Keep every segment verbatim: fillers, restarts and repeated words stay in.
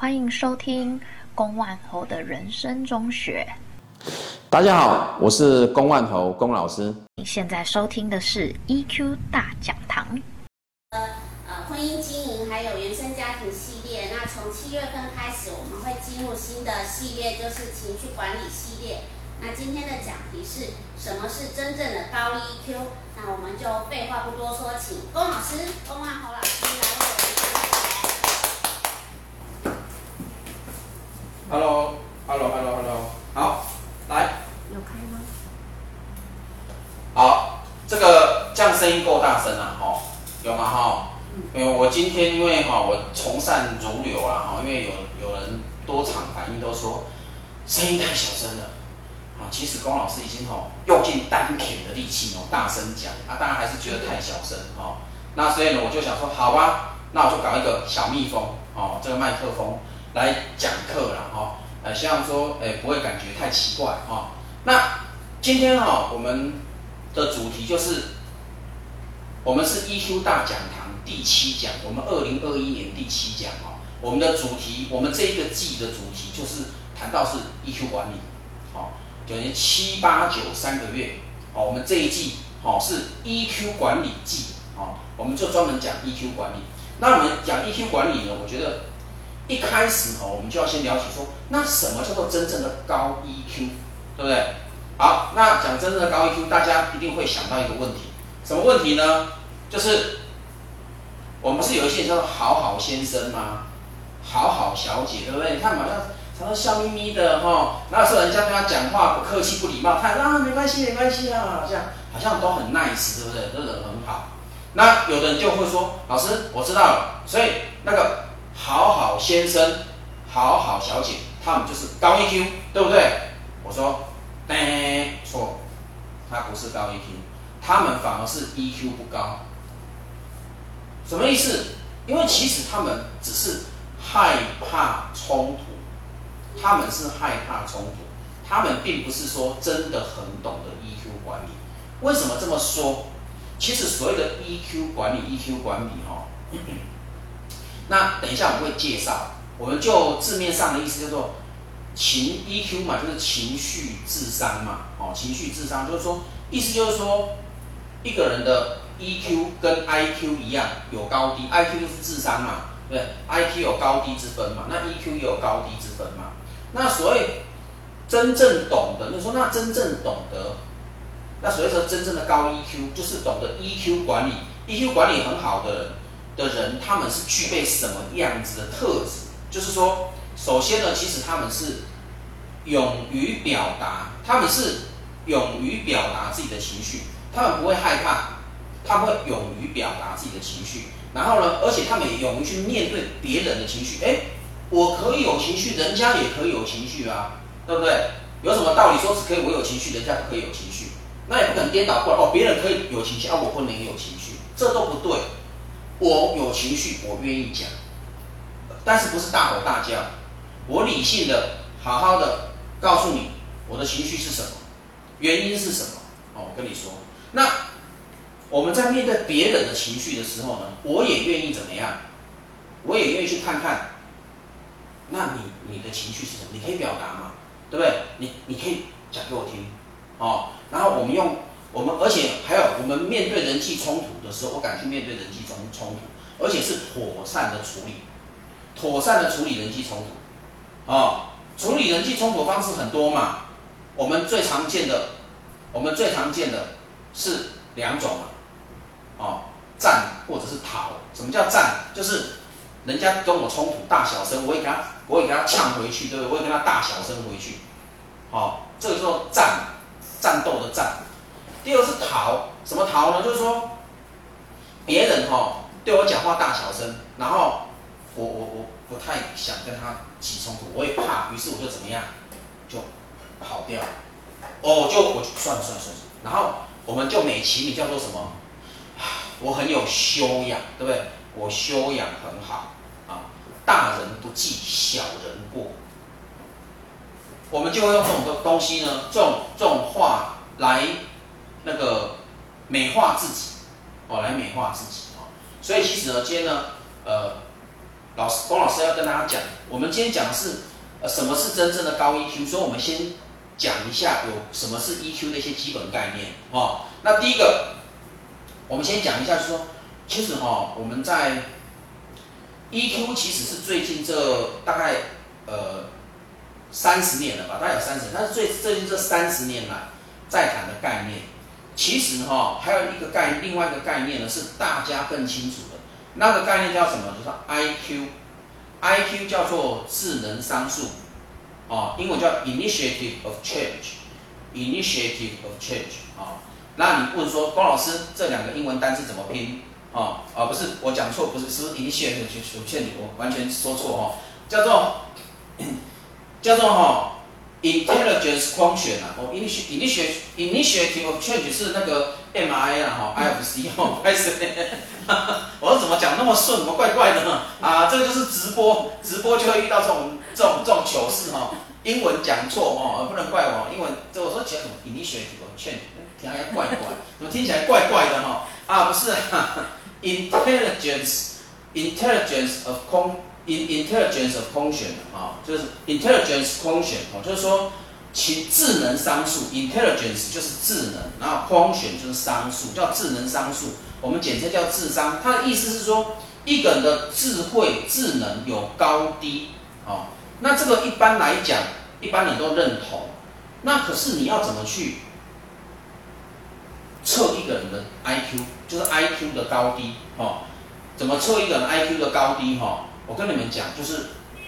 欢迎收听龚万侯的人生中学。 大家好，我是龚万侯龚老师。 你现在收听的是 E Q 大讲堂。 呃，婚姻经营还有原生家庭系列。那从七月份开始，我们会进入新的系列，就是情绪管理系列。那今天的讲题是什么是真正的高 E Q？ 那我们就废话不多说，请龚老师、龚万侯老师来为我们讲解。 Hello，Hello，Hello，Hello， 好，来， 有开吗？ 好，这个这样声音够大声啊，哈，有吗？哈，因为我今天因为哈我从善如流啦，哈，因为有有人多场反映都说声音太小声了。啊，其实龚老师已经吼用尽丹田的力气哦，大声讲啊，大家还是觉得太小声哦。那所以呢，我就想说，好吧，那我就搞一个小蜜蜂哦，这个麦克风来讲课啦哈，呃，希望说，哎、欸，不会感觉太奇怪哦。那今天哈、哦，我们的主题就是，我们是 E Q 大讲堂第七讲，我们二零二一年第七讲哦。我们的主题，我们这一个季的主题就是谈到是 E Q 管理，哦。等于七八九三个月，哦，我们这一季哦是 E Q 管理季，哦，我们就专门讲 E Q 管理。那我们讲 E Q 管理呢，我觉得一开始哦，我们就要先了解说，那什么叫做真正的高 E Q， 对不对？好，那讲真正的高 E Q， 大家一定会想到一个问题，什么问题呢？就是我们不是有一些人叫做好好先生吗？好好小姐，对不对？你看好像。常常笑眯眯的哈，那时候人家跟他讲话不客气不礼貌，他啊没关系没关系啊，好像好像都很 nice， 对不对？这人很好。那有的人就会说，老师我知道了，所以那个好好先生、好好小姐，他们就是高 E Q， 对不对？我说，哎，错，他不是高 E Q， 他们反而是 E Q 不高。什么意思？因为其实他们只是害怕冲突。他们是害怕冲突，他们并不是说真的很懂得 E Q 管理。为什么这么说？其实所谓的 E Q 管理 ，E Q 管理哈，那等一下我们会介绍，我们就字面上的意思叫做情 E Q 嘛，就是情绪智商嘛，哦，情绪智商就是说，意思就是说，一个人的 E Q 跟 I Q 一样有高低 ，I Q 就是智商嘛，对不对 ？I Q 有高低之分嘛，那 E Q 也有高低之分嘛。那所谓真正懂得，你说那真正懂得，那所谓说真正的高 E Q， 就是懂得 E Q 管理 ，E Q 管理很好的人的人，他们是具备什么样子的特质？就是说，首先呢，其实他们是勇于表达，他们是勇于表达自己的情绪，他们不会害怕，他们会勇于表达自己的情绪，然后呢，而且他们也勇于去面对别人的情绪，哎。我可以有情绪，人家也可以有情绪啊，对不对？有什么道理说只可以我有情绪，人家不可以有情绪？那也不可能颠倒过来哦，别人可以有情绪，啊，我不能有情绪，这都不对。我有情绪，我愿意讲，但是不是大吼大叫？我理性的、好好的告诉你我的情绪是什么，原因是什么？哦，我跟你说，那我们在面对别人的情绪的时候呢，我也愿意怎么样？我也愿意去看看。那你你的情绪是什么？你可以表达嘛，对不对？你你可以讲给我听，哦。然后我们用我们，而且还有我们面对人际冲突的时候，我敢去面对人际冲冲突，而且是妥善的处理，妥善的处理人际冲突，哦。处理人际冲突方式很多嘛，我们最常见的，我们最常见的是两种嘛，哦，战或者是逃。什么叫战？就是人家跟我冲突，大小声，我也给他，我也给他呛回去，对不对？我也跟他大小声回去，好、哦，这个叫做战，战斗的战。第二个是逃，什么逃呢？就是说，别人哈、哦、对我讲话大小声，然后我我我不太想跟他起冲突，我也怕，于是我就怎么样，就跑掉。哦，就我就算了算了算了，然后我们就美其名叫做什么？我很有修养，对不对？我修养很好啊，大人不计小人过。我们就会用这种东西呢，这种这种话来那个美化自己，哦，来美化自己哦。所以其实呢，今天呢，呃， 老师龚老师要跟大家讲，我们今天讲的是呃什么是真正的高 E Q， 所以我们先讲一下有什么是 E Q 的一些基本概念哦。那第一个，我们先讲一下，就是说，其实哈、哦，我们在 E Q 其实是最近这大概呃三十年了吧，大概有三十年，但是最最近这三十年来在谈的概念，其实哈、哦、还有一个概另外一个概念呢是大家更清楚的，那个概念叫什么？就是 I Q，I Q 叫做智能商数，哦，英文叫 Initiative of Change，Initiative of Change， 哦，那你问说龚老师这两个英文单词怎么拼？哦，啊，不是我讲错，不是，是 initiative of change， 我完全说错哦，叫做叫做哈、哦、intelligence quotient 啊，哦 initiative initiative of change 是那个 M I 啊，哈 I F C 哦，不好意思，我说怎么讲那么顺，怎么怪怪的呢？啊，这个就是直播，直播就会遇到这种这种这种糗事哈、哦，英文讲错哦，不能怪我，英文这我说讲什么 initiative of change， 听起来怪怪，怎么听起来怪怪的哈、哦？啊，不是、啊。Intelligence, intelligence of con, intelligence of quotient 啊，就是 intelligence quotient 哦，就是说其智能商数 ，intelligence 就是智能，然后 quotient 就是商数，叫智能商数，我们简称叫智商。它的意思是说，一个人的智慧、智能有高低哦。那这个一般来讲，一般人都认同。那可是你要怎么去测一个人的 I Q， 就是 I Q 的高低哦。怎么测一个人 I Q 的高低哈、哦？我跟你们讲，就是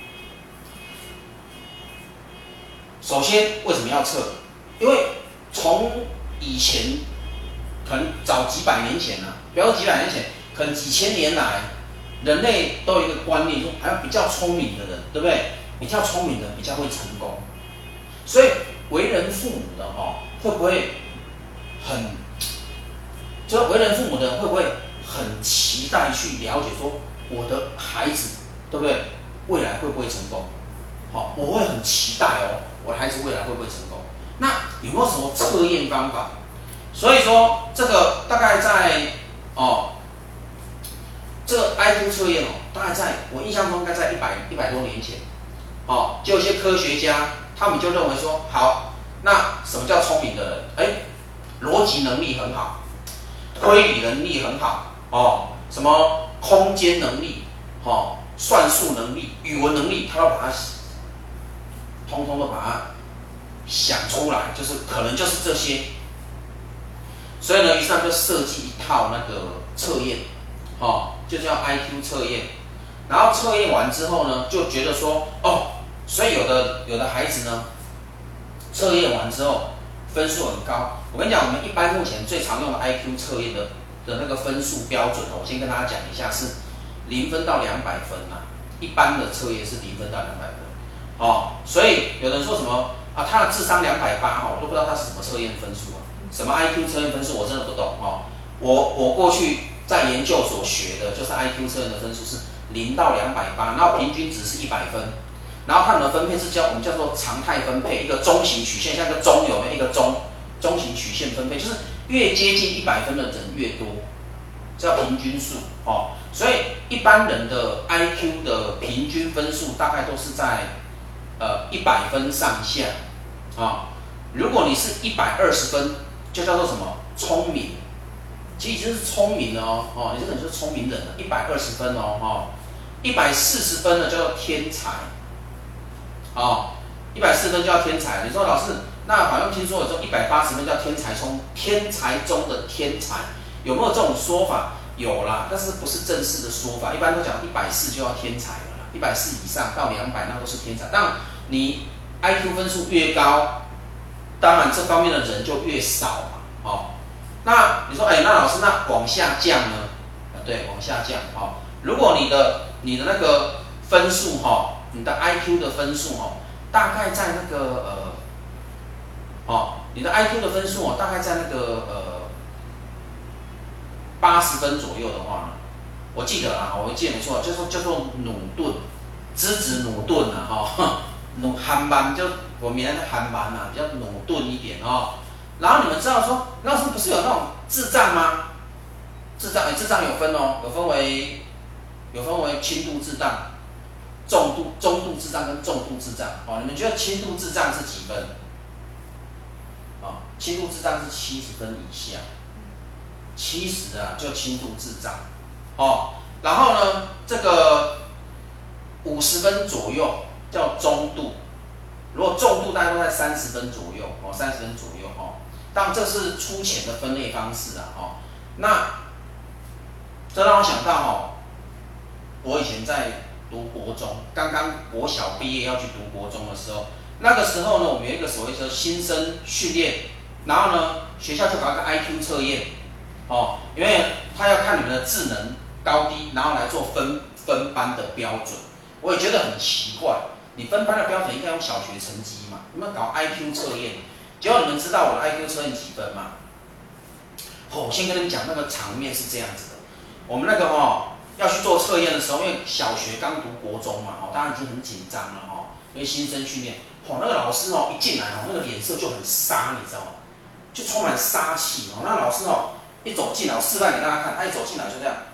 首先为什么要测？因为从以前可能早几百年前啊，不要说几百年前，可能几千年来，人类都有一个观念，说还要比较聪明的人，对不对？比较聪明的比较会成功。所以为人父母的哦，会不会很？就为人父母的人会不会很期待去了解说我的孩子对不对未来会不会成功？好、哦，我会很期待哦，我的孩子未来会不会成功？那有没有什么测验方法？所以说这个大概在哦，这个 I Q 测验哦，大概在我印象中应该在一百一百多年前，哦，就有些科学家他们就认为说，好，那什么叫聪明的人？哎，逻辑能力很好。推理能力很好哦，什么空间能力、哦，算术能力、语文能力，他都把它通通都把它想出来，就是可能就是这些。所以呢，于是他就设计一套那个测验，哦，就叫 I Q 测验。然后测验完之后呢，就觉得说，哦，所以有的有的孩子呢，测验完之后。分数很高，我跟你讲，我们一般目前最常用的 I Q 测验的的那个分数标准哦，我先跟大家讲一下，是零分到两百分啊。一般的测验是零分到两百分，哦，所以有人说什么啊，他的智商两百八哈，我都不知道他是什么测验分数啊，什么 I Q 测验分数我真的不懂哦。我我过去在研究所学的就是 I Q 测验的分数是零到两百八，然后平均值是一百分。然后它们的分配是叫我们叫做常态分配，一个中型曲线，像一个钟有没有一个钟中型曲线分配，就是越接近一百分的人越多，叫平均数哦。所以一般人的 I Q 的平均分数大概都是在呃一百分上下啊、哦。如果你是一百二十分，就叫做什么聪明，其实已经是聪明了哦哦，你这个人就是聪明人了，一百二十分哦哦，一百四十分的叫做天才。哦，一百四十分叫天才。你说老师，那好像听说有这种一百八十分叫天才中天才中的天才，有没有这种说法？有啦，但是不是正式的说法。一般都讲一百四就要天才了啦，一百四以上到两百那都是天才。当然，你 I Q 分数越高，当然这方面的人就越少嘛。哦，那你说，哎，那老师那往下降呢？啊，对，往下降。哦，如果你的你的那个分数哈。哦你的 I Q 的分数哦，大概在那个呃，哦，你的 I Q 的分数哦，大概在那个呃八十分左右的话，我记得啊，我记得没错，就是叫做努顿，资质努顿啊，哈、哦，努憨班就我们的憨班啊，比较努顿一点哦。然后你们知道说，那时候不是有那种智障吗？智障，哎，智障有分哦，有分为有分为轻度智障。 重度、中度智障跟重度智障。哦，你们觉得轻度智障是几分？哦，轻度智障是七十分以下，七十啊就轻度智障。哦，然后呢，这个五十分左右叫中度，如果重度大概都在三十分左右，哦，三十分左右哦。当然这是粗浅的分类方式啊，哦，那这让我想到哦，我以前在读国中，刚刚国小毕业要去读国中的时候，那个时候呢，我们有一个所谓的新生训练，然后呢，学校就搞一个 I Q 测验，哦，因为他要看你们的智能高低，然后来做分分班的标准。我也觉得很奇怪，你分班的标准应该用小学成绩嘛，你们搞 I Q 测验，结果你们知道我的 I Q 测验几分吗？哦，我先跟你们讲，那个场面是这样子的，我们那个哦要去做测验的时候，因为小学刚读国中嘛，哦，当然已经很紧张了哦，因为新生训练，哦，那个老师哦一进来哦，那个脸色就很杀，你知道吗？就充满杀气哦。那老师哦一走进来，我示范给大家看，他一走进来就这样。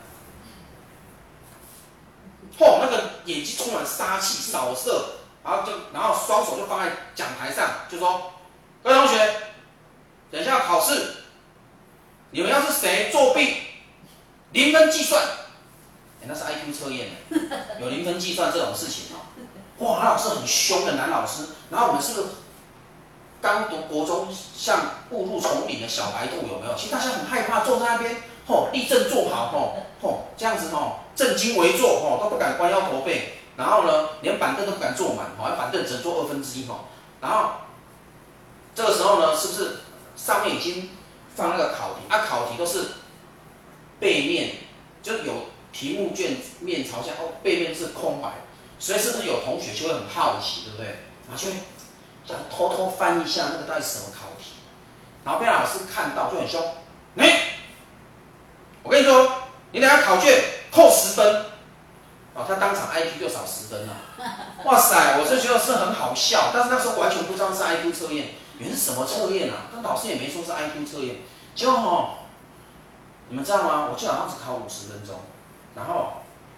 哦，那个眼睛充满杀气、扫射，然后就，然后双手就放在讲台上，就说：“各位同学，等一下考试，你们要是谁作弊，零分计算。”哎，那是 I Q 测验有零分计算这种事情哦。哇，那老师很凶的男老师，然后我们是不是刚读国中，像误入丛林的小白兔有没有？其实大家很害怕，坐在那边，吼、哦，立正坐好，吼、哦，吼、哦，这样子吼、哦，正襟危坐，吼、哦，都不敢弯腰驼背，然后呢，连板凳都不敢坐满，吼、哦，板凳只能坐二分之一，吼，然后这个时候呢，是不是上面已经放那个考题？啊，考题都是背面，就有题目卷面朝下，哦，背面是空白，所以是不是有同学就会很好奇，对不对？然后就会想偷偷翻一下那个到底是什么考题，然后被老师看到就很凶，你、欸，我跟你说，你等下考卷扣十分，哦，他当场 I Q 就少十分了，哇塞，我就觉得是很好笑，但是那时候完全不知道是 I Q 测验，原来是什么测验啊？那老师也没说是 I Q 测验，结果哦，你们知道吗？我记得好像只考五十分钟，然后。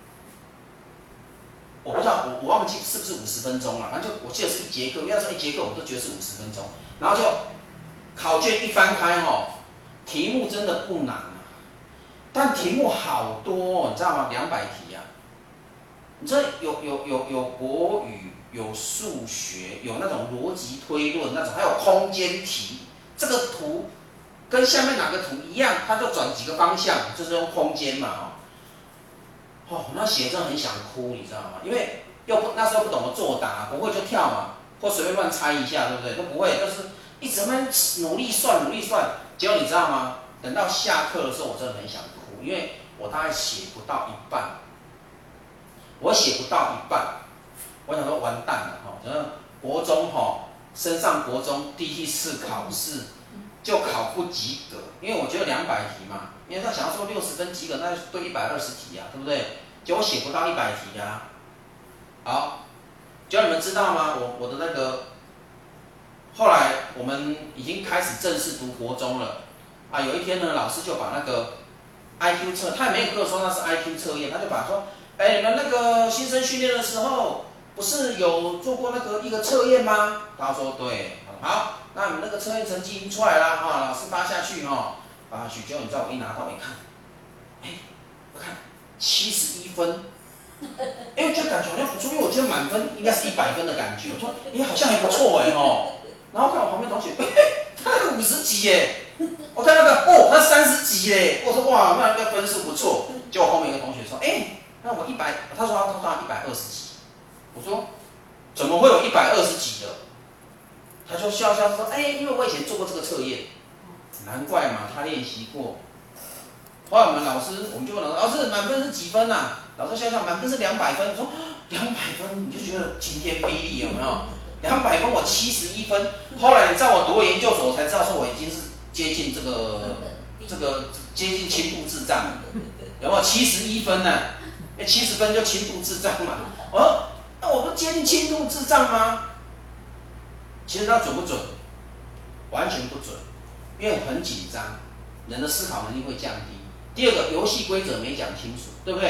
我不知道，我我忘记是不是五十分钟了，反正就我记得是一节课，因为那时候一节课我都觉得是五十分钟，然后就考卷一翻开哦，题目真的不难啊，但题目好多、哦，你知道吗？两百题啊，你知道有有有有国语，有数学，有那种逻辑推论那种，还有空间题，这个图跟下面哪个图一样，它就转几个方向，就是用空间嘛，哦。哦，那写真的很想哭，你知道吗？因为又不那时候不懂得作答，不会就跳嘛，或随便乱猜一下，对不对？都不会，就是一直在努力算，努力算。结果你知道吗？等到下课的时候，我真的很想哭，因为我大概写不到一半，我写不到一半，我想说完蛋了哈！然后国中哈，升上国中第一次考试就考不及格，因为我觉得两百题嘛。因为他想要说六十分及格，那就对一百二十题啊，对不对？结果写不到一百题啊。好，结果你们知道吗？我我的那个，后来我们已经开始正式读国中了啊。有一天呢，老师就把那个 I Q 测，他也没有跟我说那是 I Q 测验，他就把说，哎，你们那个新生训练的时候，不是有做过那个一个测验吗？他说对，好，那你们那个测验成绩已经出来了哈，老师发下去哈。发下去，结果你知道我一拿到一看，哎、欸，我看七十一分，哎、欸，我就感觉好像不错，因为我觉得满分应该是一百分的感觉，我说，哎、欸，好像还不错哎哦。然后看我旁边同学，哎、欸，他那个五十几耶，我看那个哦，他三十几耶，我说哇，那那分数不错。结果后面一个同学说，哎、欸，那我一百，他说他他他一百二十几，我说怎么会有一百二十几的？他就笑笑说，哎、欸，因为我以前做过这个测验。难怪嘛，他练习过。后来我们老师，我们就问老师，老师满分是几分啊？老师笑笑，满分是两百分。我说两百分，你就觉得晴天霹雳有没有？两百分我七十一分。后来你知道我读了研究所，我才知道说我已经是接近这个这个接近轻度智障了，有没有？七十一分呢、啊？哎，七十分就轻度智障嘛。我说那我不接近轻度智障吗？其实它准不准？完全不准。因为很紧张，人的思考能力会降低。第二个，游戏规则没讲清楚，对不对？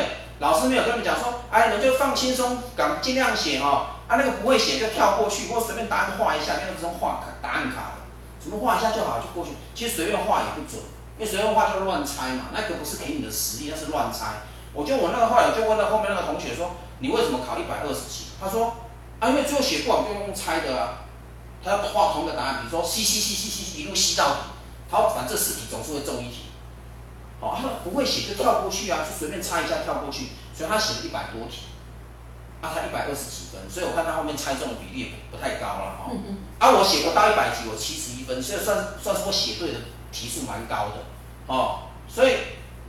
老师没有跟你们讲说，哎，你们就放轻松，赶尽量写哦。啊，那个不会写就跳过去，或随便答案画一下，因为这种画卡答案卡的，什么画一下就好就过去。其实随便画也不准，因为随便画就乱猜嘛，那个不是给你的实力，那是乱猜。我就我那个后来我就问了后面那个同学说，你为什么考一百二十几？他说，啊，因为最后写不好就用猜的啊。他要画同一个答案，比如说吸吸吸吸吸一路吸到底，他反正这四题总是会中一题。哦，他不会写就跳过去啊，就随便猜一下跳过去，所以他写了一百多题，啊，他一百二十几分，所以我看他后面猜中的比例也不太高了哦。嗯嗯啊，我写不到一百题，我七十一分，所以算算是我写对的题数蛮高的哦，所以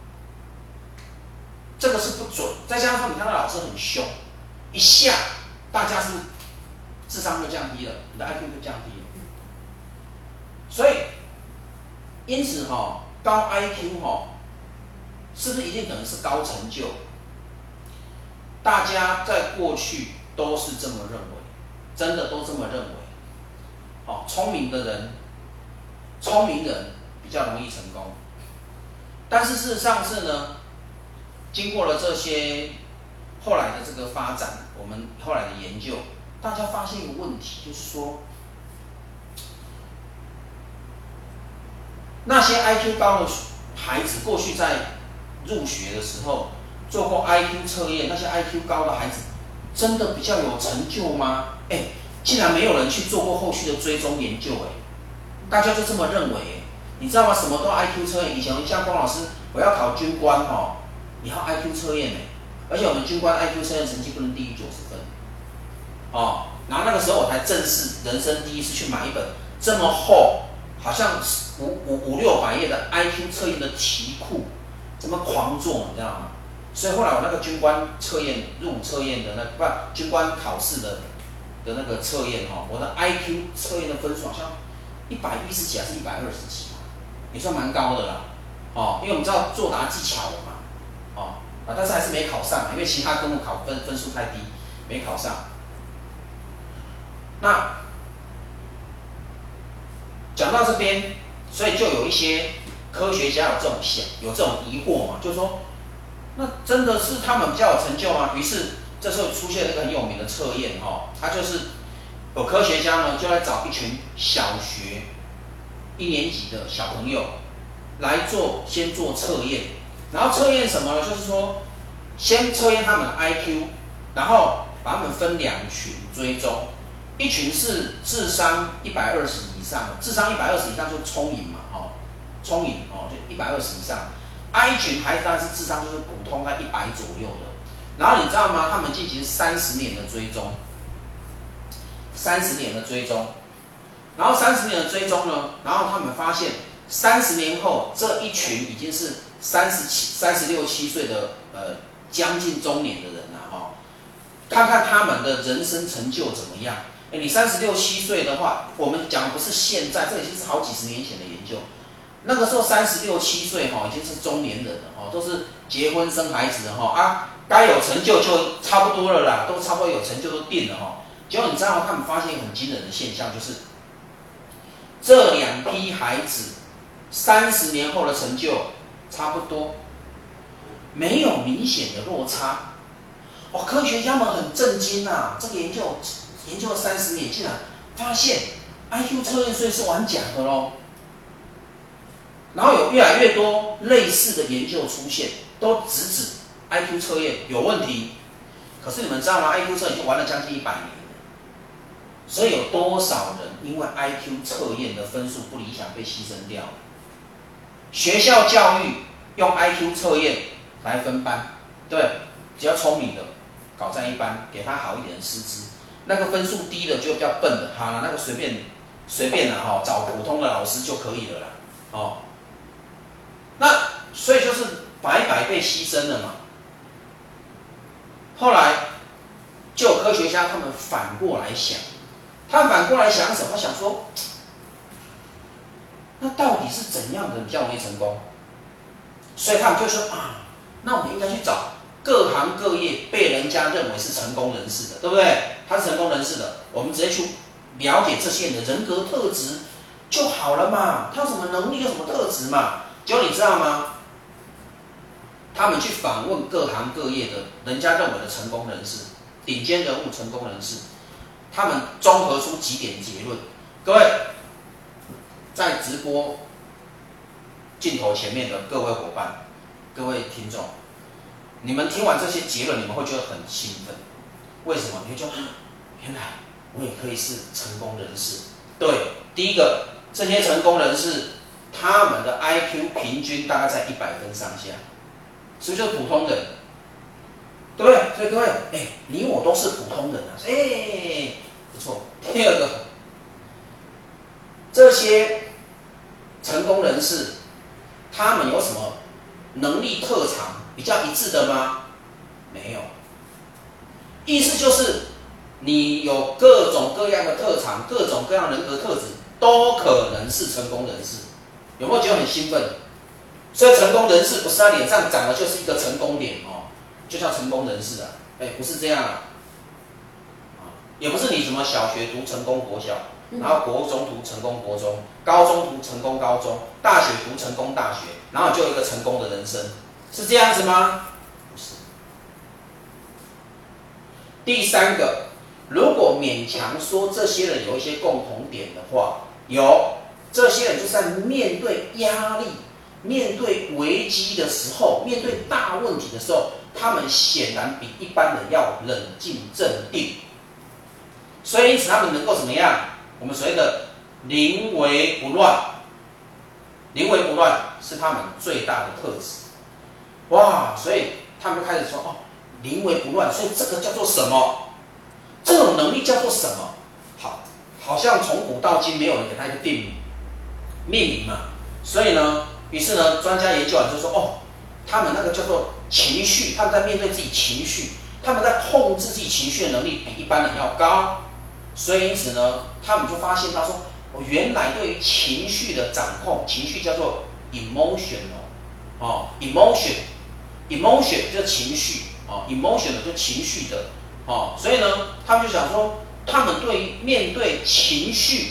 这个是不准。再加上说，你看到老师很凶，一下大家是智商就降低了，你的 I Q 就降低了，所以因此哈、哦，高 I Q 哈、哦。是不是一定等于是高成就？大家在过去都是这么认为，真的都这么认为。哦，聪明的人，聪明人比较容易成功。但是事实上是呢，经过了这些后来的这个发展，我们后来的研究，大家发现一个问题，就是说，那些 I Q 高的孩子，过去在入学的时候做过 I Q 测验，那些 I Q 高的孩子真的比较有成就吗？哎，竟然没有人去做过后续的追踪研究，哎，大家就这么认为，你知道吗？什么都 I Q 测验。以前像光老师，我要考军官哦，你要 I Q 测验哎，而且我们军官 I Q 测验成绩不能低于九十分，哦，然后那个时候我才正式人生第一次去买一本这么厚，好像五五五六百页的 I Q 测验的题库。怎么狂做，你知道吗？所以后来我那个军官测验、入伍测验的那不军官考试的的那个测验哈，我的 I Q 测验的分数好像一百一十几还是一百二十几，也算蛮高的啦。哦，因为我们知道作答技巧了嘛，哦啊，但是还是没考上，因为其他科目考分分数太低，没考上。那讲到这边，所以就有一些。科学家有这种想，有这种疑惑嘛？就是说，那真的是他们比较有成就吗？于是这时候出现了一个很有名的测验哈，它就是有科学家呢就来找一群小学一年级的小朋友来做，先做测验，然后测验什么呢？就是说，先测验他们的 I Q， 然后把他们分两群追踪，一群是智商一百二十以上的，智商一百二十以上就是聪颖嘛，哦。聪颖哦，就一百二十以上 ，I 群孩子当然是智商就是普通在一百左右的。然后你知道吗？他们进行三十年的追踪，三十年的追踪，然后三十年的追踪呢，然后他们发现三十年后这一群已经是三十七、三十六七岁的呃将近中年的人了哈、哦，看看他们的人生成就怎么样？哎，你三十六七岁的话，我们讲的不是现在，这已经是好几十年前的研究。那个时候三十六七岁哈，已经是中年人了哈，都是结婚生孩子的哈啊，该有成就就差不多了啦，都差不多有成就都定了哈。结果你知道他们发现很惊人的现象，就是这两批孩子三十年后的成就差不多，没有明显的落差。哦，科学家们很震惊啊！这个研究研究了三十年，竟然发现 I Q 测验所以是玩假的咯。然后有越来越多类似的研究出现，都直指 I Q 测验有问题。可是你们知道吗 ？I Q 测验已经玩了将近一百年了，所以有多少人因为 I Q 测验的分数不理想被牺牲掉了？学校教育用 I Q 测验来分班，对，只要聪明的搞在一班，给他好一点的师资，那个分数低的就比较笨的，好了，那个随便随便啦哈，找普通的老师就可以了啦，哦。那所以就是白白被牺牲了嘛。后来就有科学家他们反过来想，他们反过来想什么？想说，那到底是怎样的比较容易成功？所以他们就说啊，那我们应该去找各行各业被人家认为是成功人士的，对不对？他是成功人士的，我们直接去了解这些人的人格特质就好了嘛。他有什么能力，有什么特质嘛？结果你知道吗？ 他们去访问各行各业的人家认为的成功人士、顶尖人物、成功人士，他们综合出几点结论。各位在直播镜头前面的各位伙伴、各位听众，你们听完这些结论，你们会觉得很兴奋。为什么？你会觉得原来我也可以是成功人士。对，第一个，这些成功人士他们的 I Q 平均大概在一百分上下，是不是就是普通人？对不对？所以各位，哎，你我都是普通人啊，哎，不错。第二个，这些成功人士，他们有什么能力特长比较一致的吗？没有。意思就是，你有各种各样的特长，各种各样人格特质，都可能是成功人士。有没有觉得很兴奋？所以成功人士不是他脸上长的就是一个成功脸哦，就叫成功人士啊。哎，不是这样啊，也不是你什么小学读成功国小，然后国中读成功国中，高中读成功高中，大学读成功大学，然后就有一个成功的人生，是这样子吗？不是。第三个，如果勉强说这些人有一些共同点的话，有，这些人就是在面对压力、面对危机的时候，面对大问题的时候，他们显然比一般人要冷静镇定，所以因此他们能够怎么样？我们所谓的临危不乱，临危不乱是他们最大的特质。哇，所以他们就开始说哦，临危不乱，所以这个叫做什么？这种能力叫做什么？好，好像从古到今没有人给他一个定名命名嘛。所以呢，于是呢，专家研究完就说哦，他们那个叫做情绪，他们在面对自己情绪，他们在控制自己情绪的能力比一般人要高。所以因此呢，他们就发现到说，哦，原来对于情绪的掌控，情绪叫做 emotional， 哦 ，emotion，emotion 就是情绪，哦 ，emotional 就是情绪的，哦，所以呢，他们就想说，他们对于面对情绪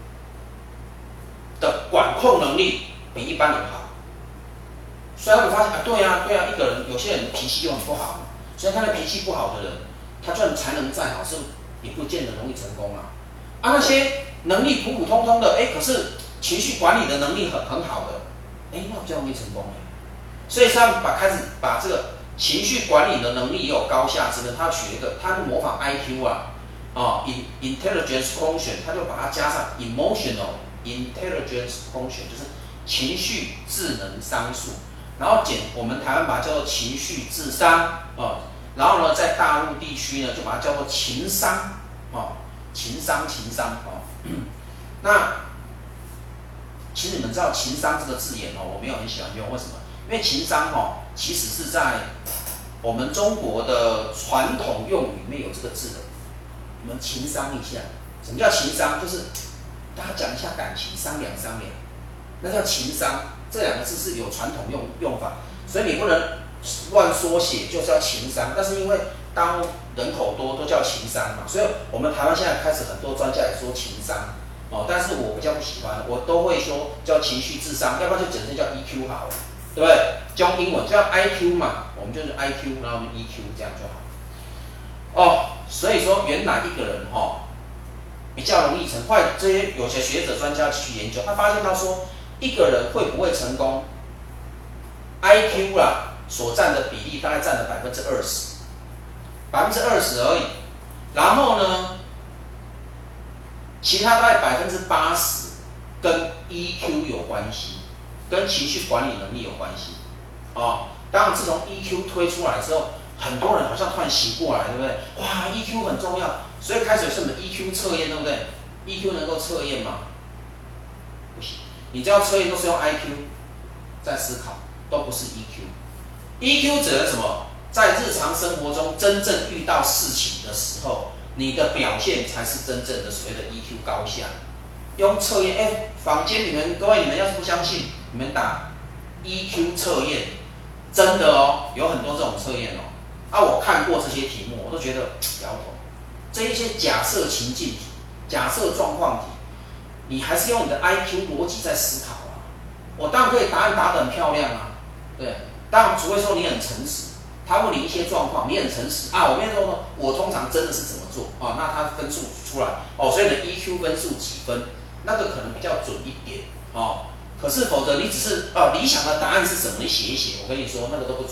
的管控能力比一般人好。所以他们发现啊，对呀、啊，对呀、啊，一个人有些人脾气就很不好，所以他的脾气不好的人，他就算才能再好，是也不见得容易成功啊。啊，那些能力普普通通的，哎，可是情绪管理的能力很很好的，哎，那比较容易成功哎。所以他们把开始把这个情绪管理的能力也有高下之分，他取一个，他模仿 I Q 啊，啊 ，intelligence quotient， 他就把它加上 emotional intelligence quotient， 就是情绪智能商数。然后简我们台湾把它叫做情绪智商哦，然后呢，在大陆地区呢就把它叫做情商哦，情商情商哦。那其实你们知道情商这个字眼哦，我没有很喜欢用，为什么？因为情商哦，其实是在我们中国的传统用语里面有这个字的。你们情商一下，什么叫情商？就是大家讲一下感情，商量商量，那叫情商。这两个字是有传统用用法，所以你不能乱缩写，就是要情商。但是因为当人口多，都叫情商嘛，所以我们台湾现在开始很多专家也说情商哦，但是我比较不喜欢，我都会说叫情绪智商，要不然就简称叫 E Q 好了，对不对？教英文叫 I Q 嘛，我们就是 I Q， 然后我们 E Q 这样就好。哦，所以说原来一个人哈、哦、比较容易成，后来这些有些学者专家去研究，他发现到说。一个人会不会成功 ？I Q 啦，所占的比例大概占了百分之二十，百分之二十而已。然后呢，其他大概百分之八十跟 E Q 有关系，跟情绪管理能力有关系。哦，当然自从 E Q 推出来之后，很多人好像突然醒过来，对不对？哇 ，E Q 很重要，所以开始有什么 E Q 测验，对不对 ？E Q 能够测验吗？不行。你只要测验都是用 I Q 在思考，都不是 E Q。E Q 指的什么？在日常生活中真正遇到事情的时候，你的表现才是真正的所谓的 E Q 高下。用测验，哎，坊间你们各位，你们要是不相信，你们打 E Q 测验，真的哦，有很多这种测验哦。啊，我看过这些题目，我都觉得摇头。这一些假设情境题、假设状况题。你还是用你的 I Q 逻辑在思考啊，我当然可以答案答得很漂亮啊，对， 当然，除非说你很诚实，他问你一些状况，你很诚实啊，我面说我通常真的是怎么做啊？那他分数出来哦，所以呢 E Q 分数几分，那个可能比较准一点哦。可是否则你只是哦理想的答案是什么？你写一写，我跟你说那个都不准。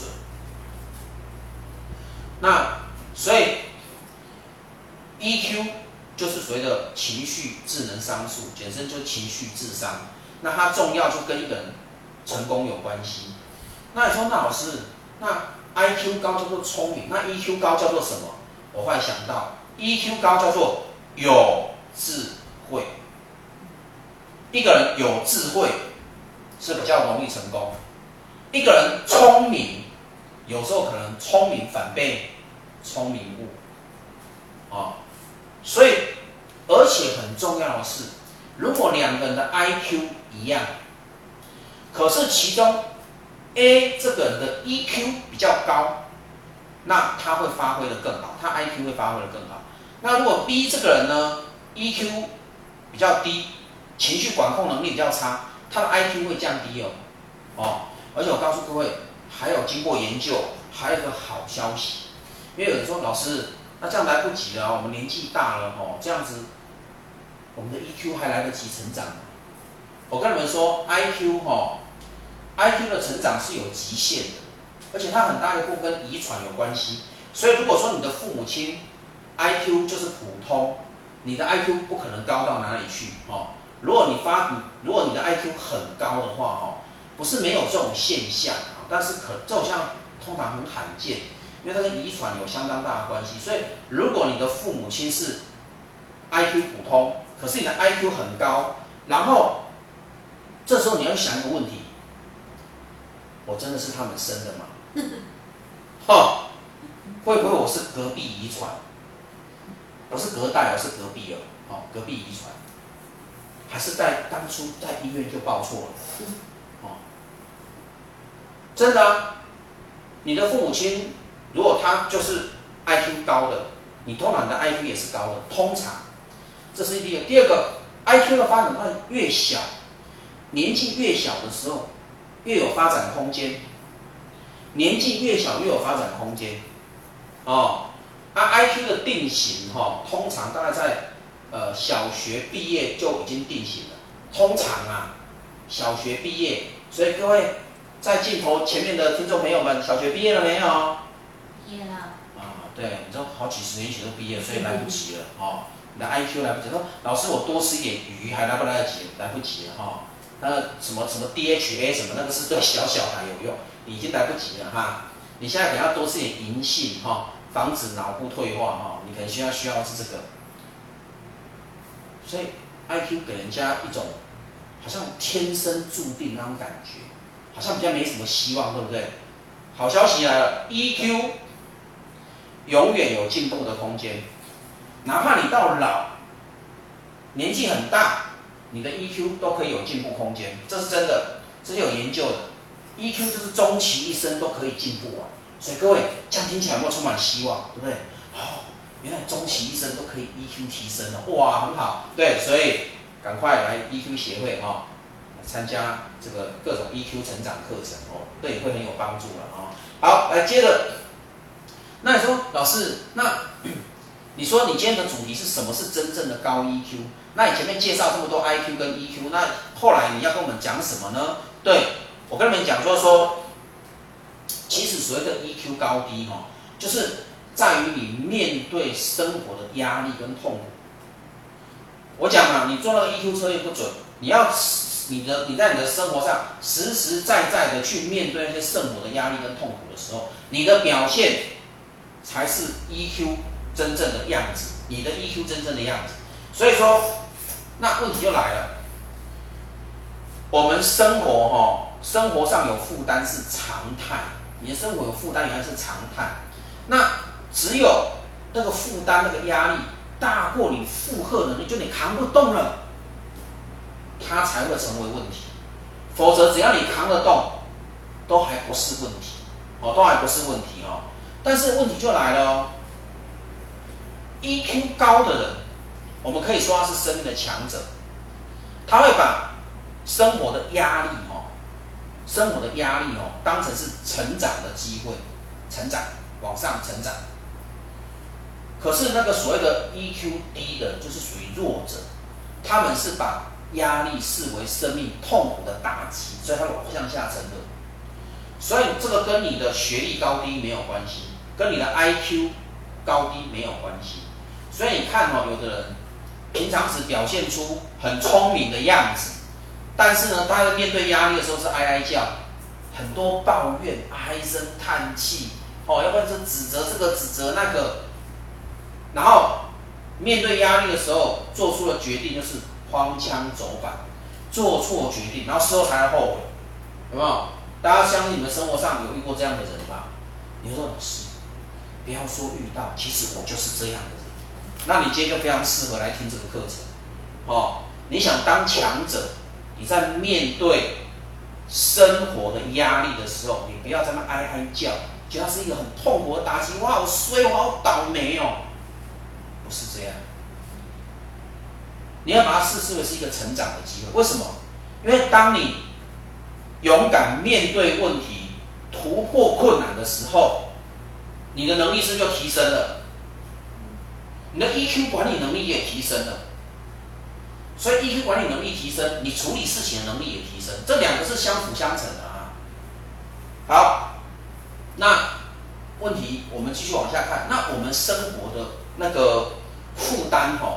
那所以 E Q 就是所谓的情绪智能商数，简称就是情绪智商。那它重要就跟一个人成功有关系。那你说那老师，那 I Q 高叫做聪明，那 E Q 高叫做什么？我后来想到 E Q 高叫做有智慧。一个人有智慧是比较容易成功，一个人聪明，有时候可能聪明反被聪明误，哦，所以而且很重要的是，如果两个人的 I Q 一样，可是其中 A 这个人的 E Q 比较高，那他会发挥的更好，他 I Q 会发挥的更好。那如果 B 这个人呢 E Q 比较低，情绪管控能力比较差，他的 I Q 会降低哦，哦，而且我告诉各位，还有经过研究，还有一个好消息，因为有人说老师，那这样来不及了，我们年纪大了哦，这样子，我们的 E Q 还来得及成长吗？我跟你们说 ，I Q 哦 ，I Q 的成长是有极限的，而且它很大一部分跟遗传有关系。所以如果说你的父母亲 I Q 就是普通，你的 I Q 不可能高到哪里去哦。如果你发，如果你的 I Q 很高的话哦，不是没有这种现象啊，但是可这种像通常很罕见，因为它跟遗传有相当大的关系。所以如果你的父母亲是 I Q 普通，可是你的 I Q 很高，然后这时候你要想一个问题：我真的是他们生的吗？哦，会不会我是隔壁遗传？我是隔代，我是隔壁了，哦，隔壁遗传。还是在当初在医院就报错了，哦，真的啊！你的父母亲如果他就是 I Q 高的，你通常你的 I Q 也是高的，通常，这是第一个。第二个 ，I Q 的发展会越小，年纪越小的时候越有发展空间，年纪越小越有发展空间，哦，啊 I Q 的定型哈、哦，通常大概在。呃，小学毕业就已经定型了。通常啊，小学毕业，所以各位在镜头前面的听众朋友们，小学毕业了没有？ 毕业了。 啊，对，你说好几十年前都毕业了，所以来不及了哦。你的 I Q 来不及，说老师我多吃一点鱼还来不来得及？来不及了哈、哦。那什么什么 D H A 什么那个是对小小孩有用，你已经来不及了哈。你现在可能要多吃点银杏哈、哦，防止脑部退化哈、哦。你可能需要需要的是这个。所以 I Q 给人家一种好像天生注定那种感觉，好像比较没什么希望，对不对？好消息来了 ，E Q 永远有进步的空间，哪怕你到老，年纪很大，你的 E Q 都可以有进步空间，这是真的，这是有研究的。E Q 就是终其一生都可以进步啊，所以各位这样听起来有没有充满希望，对不对？哦，原来终其一生都可以 E Q 提升了，哇，很好。对，所以赶快来 E Q 协会哈、哦，参加这个各种 E Q 成长课程哦，对你会很有帮助了啊、哦。好，来接着，那你说老师，那你说你今天的主题是什么是真正的高 E Q？ 那你前面介绍这么多 I Q 跟 E Q， 那后来你要跟我们讲什么呢？对，我跟你们讲就是说，其实所谓的 E Q 高低哈、哦，就是在于你面对生活的压力跟痛苦。我讲嘛，你做那个 E Q 测验不准，你要你的你在你的生活上实实在在的去面对那些生活的压力跟痛苦的时候，你的表现才是 E Q 真正的样子，你的 E Q 真正的样子。所以说，那问题就来了，我们生活哈、哦，生活上有负担是常态，你的生活有负担原来是常态，那只有那个负担那个压力大过你负荷能力，就你扛不动了，它才会成为问题。否则只要你扛得动，都还不是问题，哦，都还不是问题哦。但是问题就来了哦 ，E Q 高的人，我们可以说他是生命的强者，他会把生活的压力哦生活的压力哦，当成是成长的机会，成长往上成长。可是那个所谓的 E Q 低的，就是属于弱者，他们是把压力视为生命痛苦的打击，所以他们向下沉沦。所以这个跟你的学历高低没有关系，跟你的 I Q 高低没有关系。所以你看哦，有的人平常时表现出很聪明的样子，但是呢，他在面对压力的时候是哀哀叫，很多抱怨、唉声叹气，哦，要不然就指责这个指责那个，然后面对压力的时候做出了决定就是荒腔走板，做错决定，然后事后才后悔，有没有？大家相信你们生活上有遇过这样的人吧？你说老师，不要说遇到，其实我就是这样的人。那你今天就非常适合来听这个课程，哦，你想当强者，你在面对生活的压力的时候，你不要在那哀哀叫，觉得它是一个很痛苦的打击，我好衰，我好倒霉哦，不是这样。你要把它视之为是一个成长的机会。为什么？因为当你勇敢面对问题、突破困难的时候，你的能力是不是就提升了？你的 E Q 管理能力也提升了。所以 E Q 管理能力提升，你处理事情的能力也提升，这两个是相辅相成的啊。好，那问题我们继续往下看。那我们生活的那个负担哦，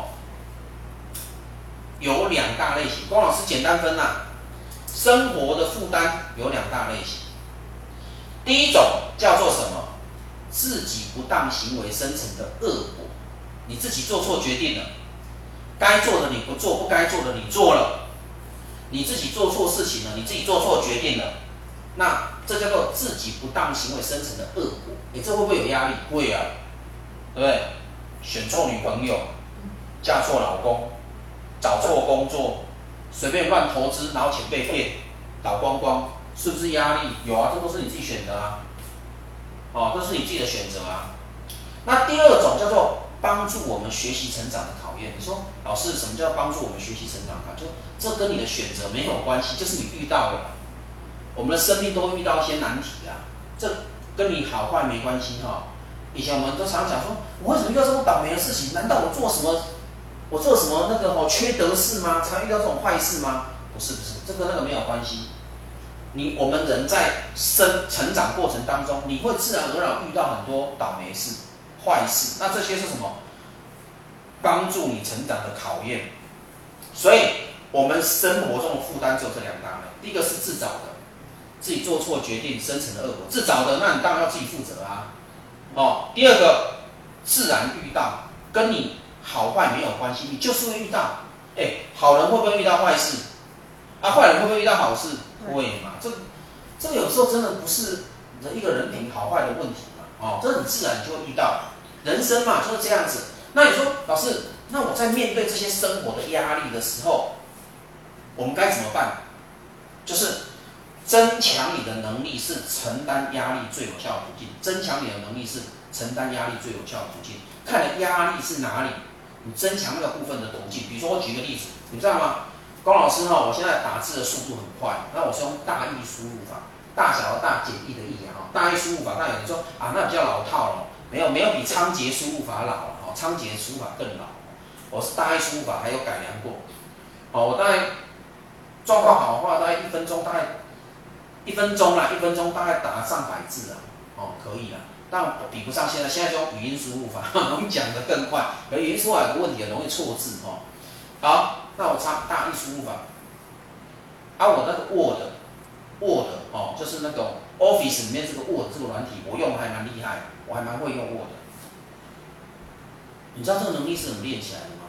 有两大类型。龚老师简单分啊，生活的负担有两大类型。第一种叫做什么？自己不当行为生成的恶果，你自己做错决定了。该做的你不做，不该做的你做了，你自己做错事情了，你自己做错决定了，那这叫做自己不当行为生成的恶果。你这会不会有压力？会啊，对不对？选错女朋友，嫁错老公，找错工作，随便乱投资，然后钱被骗，倒光光，是不是压力？有啊，这都是你自己选的啊，哦，这是你自己的选择啊。那第二种叫做帮助我们学习成长的考验。你说老师，什么叫帮助我们学习成长？就这跟你的选择没有关系，就是你遇到了，我们的生命都会遇到一些难题啊，这跟你好坏没关系哈、哦。以前我们都常讲说，我为什么遇到这种倒霉的事情？难道我做什么，我做什么那个哦缺德事吗？才遇到这种坏事吗？不是不是，这跟那个没有关系。你我们人在生成长过程当中，你会自然而然遇到很多倒霉事、坏事，那这些是什么？帮助你成长的考验。所以我们生活中的负担只有这两大类，第一个是自找的，自己做错决定生成的恶果，自找的，那你当然要自己负责啊。哦，第二个自然遇到，跟你好坏没有关系，你就是会遇到。哎，好人会不会遇到坏事？啊，坏人会不会遇到好事？会嘛？这这个有时候真的不是一个人品好坏的问题嘛。哦，这很自然就会遇到。人生嘛就是这样子。那你说老师，那我在面对这些生活的压力的时候，我们该怎么办？就是增强你的能力是承担压力最有效的途径。增强你的能力是承担压力最有效的途径。看你压力是哪里，你增强那个部分的途径。比如说我举个例子，你知道吗？龚老师哈，我现在打字的速度很快，那我是用大易输入法，大小的大，简易的易啊。大易输入法，那有人说啊，那比较老套了，没有没有比仓颉输入法老了，哦，仓颉输入法更老。我是大易输入法还有改良过，哦，我大概状况好的话，大概一分钟，大概一分钟啦，一分钟大概打上百字啊，哦，可以啦，但比不上现在，现在就用语音输入法，我们讲得更快。而语音输入法有个问题，很容易错字哦。好。那我插大易输入法，啊，我那个 Word，Word 哦，就是那个 Office 里面这个 Word 这个软体，我用的还蛮厉害，我还蛮会用 Word。你知道这个能力是怎么练起来的吗？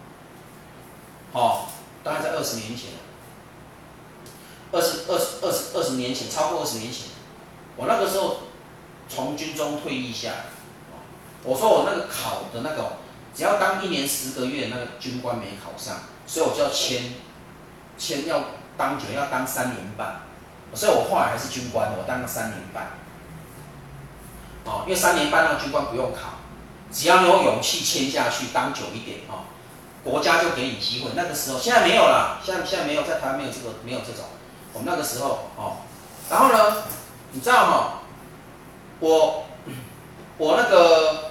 哦，大概在二十年前，二十二十二十二十年前，超过二十年前，我那个时候从军中退役下来，我说我那个考的那个，只要当一年十个月，那个军官没考上。所以我就要签，签要当久，要当三年半，所以我后来还是军官，我当了三年半。哦，因为三年半那个军官不用考，只要你有勇气签下去，当久一点哦，国家就给你机会。那个时候，现在没有了，现在现在没有，在台湾没有这个没有这种。我们那个时候哦， 然后呢，你知道吗？我我那个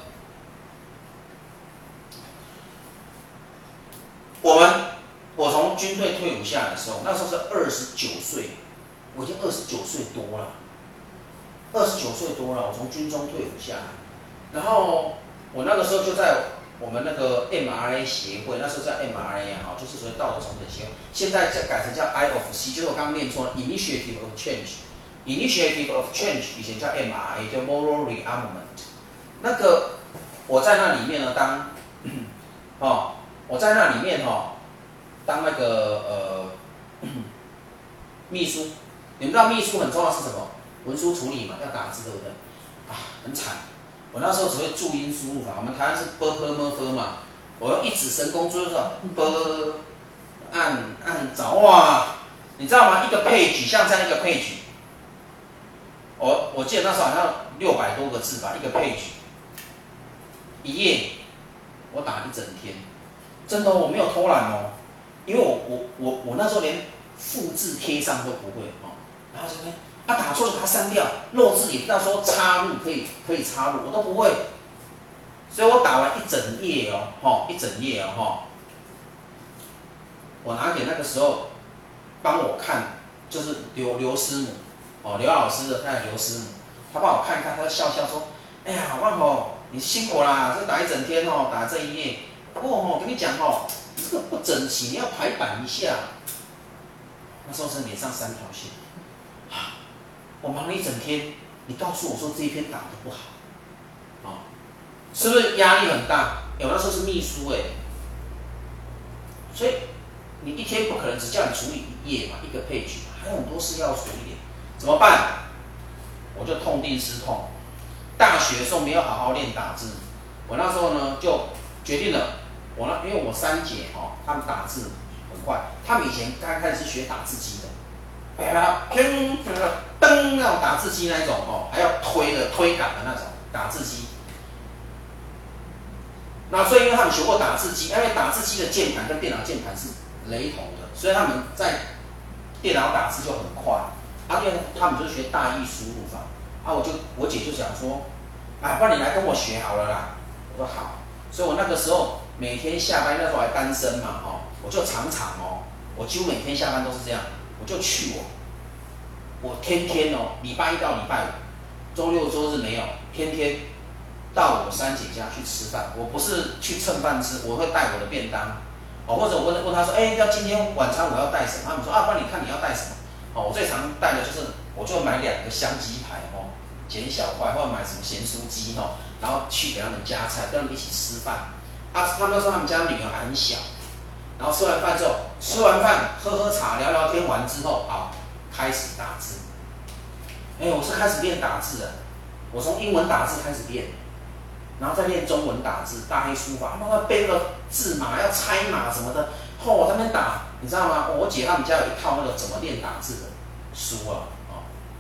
我们我从军队退伍下来的时候，那时候是二十九岁，我已经二十九岁多了，二十九岁多了，我从军中退伍下来，然后我那个时候就在我们那个 M R A 协会，那时候叫 M R A 啊，就是所谓道德重整协会，现在叫改成叫 I of C， 就是我刚刚念错了 ，Initiative of Change。Initiative of Change 以前叫 M R A， 叫 Moral Rearmament。那个我在那里面呢，当哦，我在那里面哦，当那个呃秘书。你们知道秘书很重要是什么？文书处理嘛，要打字，对不对？啊，很惨。我那时候只会注音输入法，我们台湾是 b p m f 嘛，我要一指神功，就是说 b 按按着哇，你知道吗？一个 page 像这样一个 page。我我记得那时候好像六百多个字吧，一个 page， 一页，我打一整天，真的、哦、我没有偷懒哦，因为我我我我那时候连复制贴上都不会哦，然后这边啊打错就把它删掉，漏字也不知道说插入可以可以插入，我都不会，所以我打完一整页哦，吼一整页哦，吼，我拿给那个时候帮我看，就是刘刘师母。哦，刘老师的太太刘师母，他帮我看一看，他就笑笑说：“哎呀，万吼，你辛苦啦，这打一整天哦，打这一页。不过哦，我跟你讲哦，你这个不整齐，你要排版一下。”那时候是脸上三条线，啊，我忙了一整天，你告诉我说这一篇打得不好，啊、哦，是不是压力很大？有、欸、那时候是秘书哎、欸，所以你一天不可能只叫你处理一页嘛，一个 page， 还有很多事要处理。怎么办？我就痛定思痛。大学的时候没有好好练打字，我那时候呢就决定了，我呢因为我三姐哦，他们打字很快，他们以前刚开始是学打字机的，哎呀，砰噔那种打字机那一种哦，还要推的推杆的那种打字机。那所以因为他们学过打字机，因为打字机的键盘跟电脑键盘是雷同的，所以他们在电脑打字就很快。啊，因为他们就学大意输入法，啊，我就我姐就讲说，啊，不然你来跟我学好了啦。我说好，所以我那个时候每天下班，那时候还单身嘛，哦，我就常常哦，我几乎每天下班都是这样，我就去我，我天天哦，礼拜一到礼拜五，周六周日没有，天天到我三姐家去吃饭。我不是去蹭饭吃，我会带我的便当，哦，或者我问问他说，哎、欸，要今天晚餐我要带什么？他们说啊，不然你看你要带什么？哦，我最常带的就是，我就买两个香鸡排哦，剪小块，或者买什么咸酥鸡哦，然后去给他们夹菜，跟他们一起吃饭。啊，他们说他们家女儿还很小，然后吃完饭之后，吃完饭喝喝茶聊聊天完之后，好，开始打字。哎，我是开始练打字的，我从英文打字开始练，然后再练中文打字，大黑书法，那个背那个字码要拆码什么的，哦，我在那边打。你知道吗？我姐他们家有一套那个怎么练打字的书啊，哦，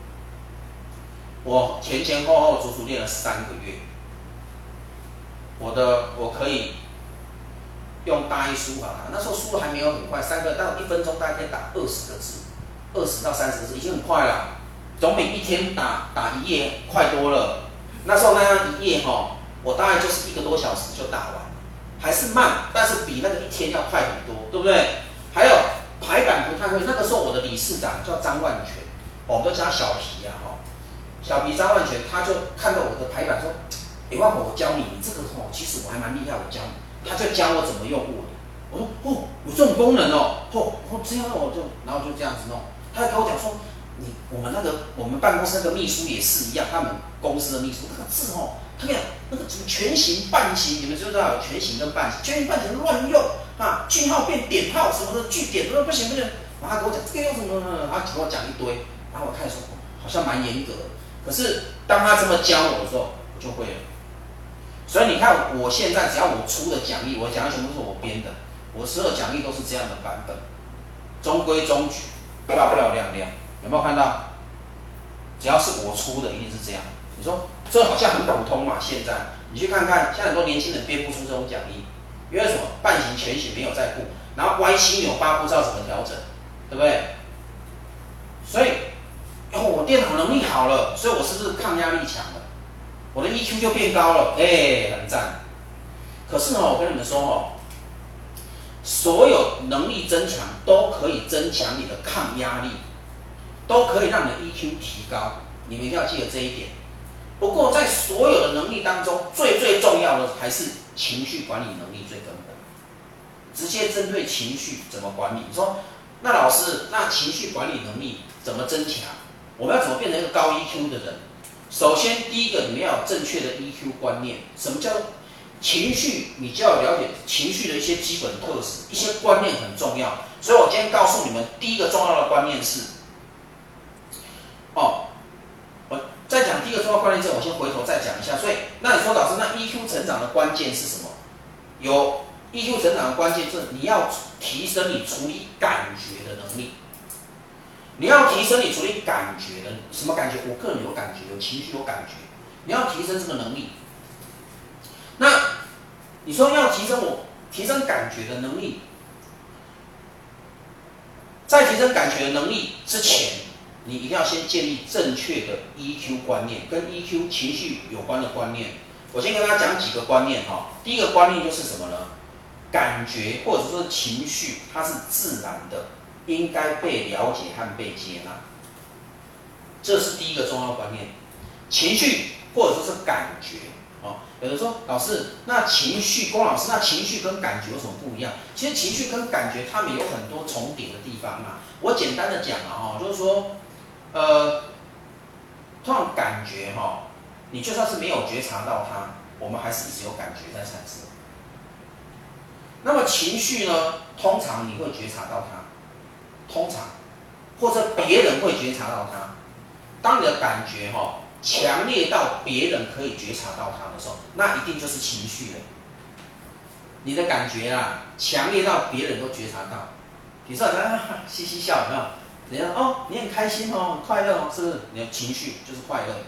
我前前后后足足练了三个月。我的我可以用大一书法打，那时候输入还没有很快，三个大概一分钟大概可以打二十个字，二十到三十个字已经很快了，总比一天打打一页快多了。那时候那样一页哈、哦，我大概就是一个多小时就打完，还是慢，但是比那个一天要快很多，对不对？还有排版不太会，那个时候我的理事长叫张万全，我们都叫他小皮啊哈，小皮张万全，他就看到我的排版说，哎、欸，万我教你，你这个哦，其实我还蛮厉害，我教你，他就教我怎么用 Word， 我说哦，有这种功能哦，哦，哦这样我就，然后就这样子弄，他还跟我讲说，你我们那个我们办公室那个秘书也是一样，他们公司的秘书那个字哦，他讲那个什么全形半形，你们知道有全形跟半形，全形半形乱用。啊，句号变点号什么的，句点都不行不行。然后他跟我讲这个要什么呢？他跟我讲一堆，然后我看说好像蛮严格的。可是当他这么教我的时候，我就会了。所以你看，我现在只要我出的讲义，我讲的全部是我编的，我所有讲义都是这样的版本，中规中矩，漂漂亮亮。有没有看到？只要是我出的，一定是这样。你说这好像很普通嘛？现在你去看看，现在很多年轻人编不出这种讲义。因为什么？半形、全形没有在顾，然后歪七扭八不知道怎么调整，对不对？所以，然后我电脑能力好了，所以我是不是抗压力强了？我的 E Q 就变高了，哎、欸，很赞。可是呢，我跟你们说哦，所有能力增强都可以增强你的抗压力，都可以让你的 E Q 提高，你们一定要记得这一点。不过在所有的能力当中，最最重要的还是情绪管理能力最根本。直接针对情绪怎么管理？你说，那老师，那情绪管理能力怎么增强？我们要怎么变成一个高 E Q 的人？首先，第一个，你们要有正确的 E Q 观念。什么叫情绪？你就要了解情绪的一些基本特质，一些观念很重要。所以我今天告诉你们，第一个重要的观念是，哦，我在讲第一个重要观念之后，我先回头再讲一下。所以，那你说老师，那 E Q 成长的关键是什么？有 E Q 成长的关键是你要提升你处理感觉的能力。你要提升你处理感觉的什么感觉？我个人有感觉，有情绪，有感觉。你要提升这个能力。那你说要提升我提升感觉的能力，在提升感觉的能力之前，你一定要先建立正确的 E Q 观念，跟 E Q 情绪有关的观念。我先跟大家讲几个观念哈。第一个观念就是什么呢？感觉或者说情绪，它是自然的，应该被了解和被接纳，这是第一个重要观念。情绪或者说是感觉，哦，有人说老师，那情绪，龚老师，那情绪跟感觉有什么不一样？其实情绪跟感觉它们有很多重叠的地方嘛。我简单的讲啊，哈，就是说，呃，通常感觉哈，你就算是没有觉察到它，我们还是一直有感觉在产生。那么情绪呢，通常你会觉察到它。通常，或者别人会觉察到它。当你的感觉哈、哦、强烈到别人可以觉察到它的时候，那一定就是情绪了。你的感觉啊，强烈到别人都觉察到。比如说，啊，嘻嘻笑，有没有？人家哦，你很开心哦，很快乐哦，是不是？你的情绪就是快乐。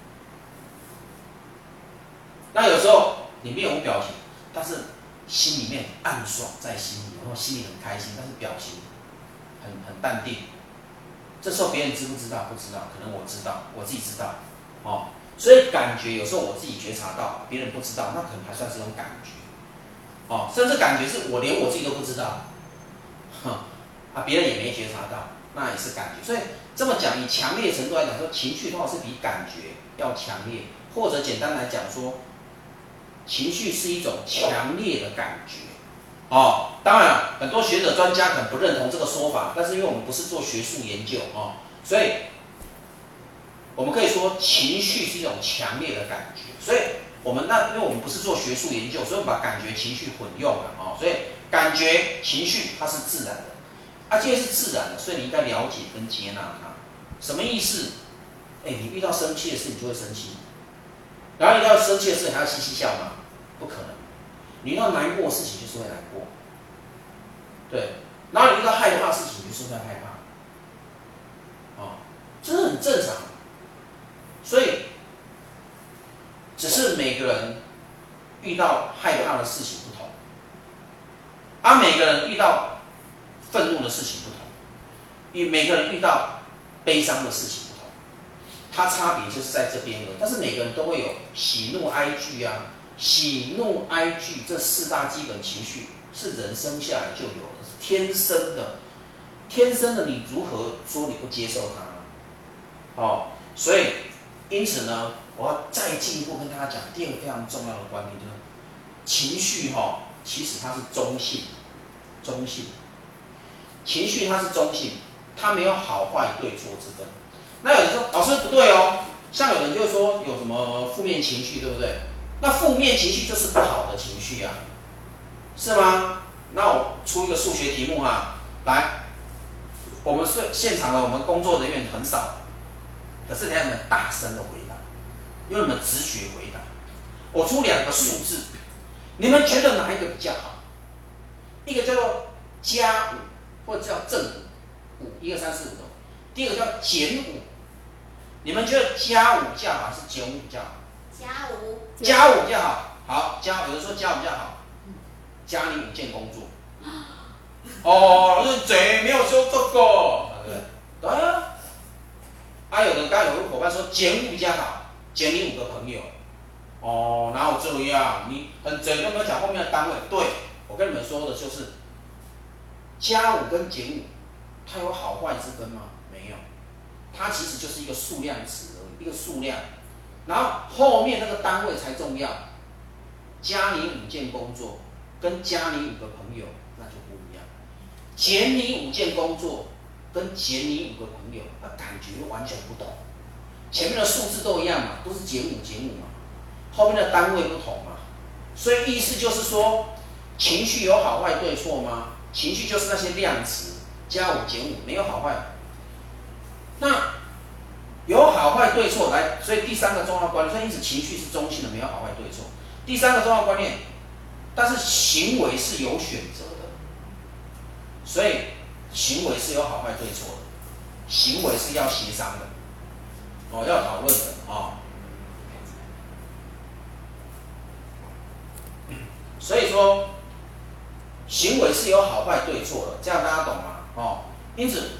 那有时候你面无表情，但是心里面暗爽在心里，然后心里很开心，但是表情很很淡定。这时候别人知不知道？不知道，可能我知道，我自己知道，哦，所以感觉有时候我自己觉察到，别人不知道，那可能还算是一种感觉，哦，甚至感觉是我连我自己都不知道，哼，啊，别人也没觉察到，那也是感觉。所以这么讲，以强烈程度来讲，说情绪的话是比感觉要强烈，或者简单来讲说，情绪是一种强烈的感觉。哦，当然，很多学者专家可能不认同这个说法，但是因为我们不是做学术研究哦，所以我们可以说情绪是一种强烈的感觉。所以我们那因为我们不是做学术研究，所以我们把感觉、情绪混用了哦。所以感觉、情绪它是自然的，啊，既然是自然的，所以你应该了解跟接纳它。什么意思？哎，你遇到生气的事，你就会生气，然后遇到生气的事，还要嘻嘻笑吗？不可能。你遇到难过的事情就是会难过，对，然后你遇到害怕的事情就是会害怕，哦，这是很正常，所以只是每个人遇到害怕的事情不同，而、啊、每个人遇到愤怒的事情不同，与每个人遇到悲伤的事情不同，它差别就是在这边了。但是每个人都会有喜怒哀惧啊。喜怒哀惧这四大基本情绪是人生下来就有的，是天生的。天生的，你如何说你不接受它？哦，所以因此呢，我要再进一步跟大家讲第二个非常重要的观念，就是情绪哈、哦，其实它是中性，中性。情绪它是中性，它没有好坏对错之分。那有人说老师不对哦，像有人就说有什么负面情绪，对不对？那负面情绪就是不好的情绪啊，是吗？那我出一个数学题目哈，来，我们是现场的，我们工作人员很少，可是你要你们大声的回答，用你们直觉回答。我出两个数字，你们觉得哪一个比较好？一个叫做加五，或者叫正五，五一二三四五的；第二个叫减五。你们觉得加五比较好，还是减五比较好？ 加五， 加五比较好，好加，有人说加五比较好，加你五件工作。哦，老师，谁没有说这个？对不对？对啊。啊， 啊，有的刚刚有个伙伴说减五比较好，减你五个朋友。哦，哪有这样？你很整有没有讲后面的单位？对，我跟你们说的就是，加五跟减五，它有好坏之分吗？没有，它其实就是一个数量词而已，一个数量。然后后面那个单位才重要，加你五件工作，跟加你五个朋友那就不一样。减你五件工作，跟减你五个朋友，那感觉完全不同。前面的数字都一样嘛，都是减五减五嘛。后面的单位不同嘛，所以意思就是说，情绪有好坏对错吗？情绪就是那些量词，加五减五，没有好坏。那有好坏对错来，所以第三个重要观念，所以因此情绪是中性的，没有好坏对错。第三个重要观念，但是行为是有选择的，所以行为是有好坏对错的，行为是要协商的，哦，要讨论的哦。所以说，行为是有好坏对错的，这样大家懂吗？哦，因此，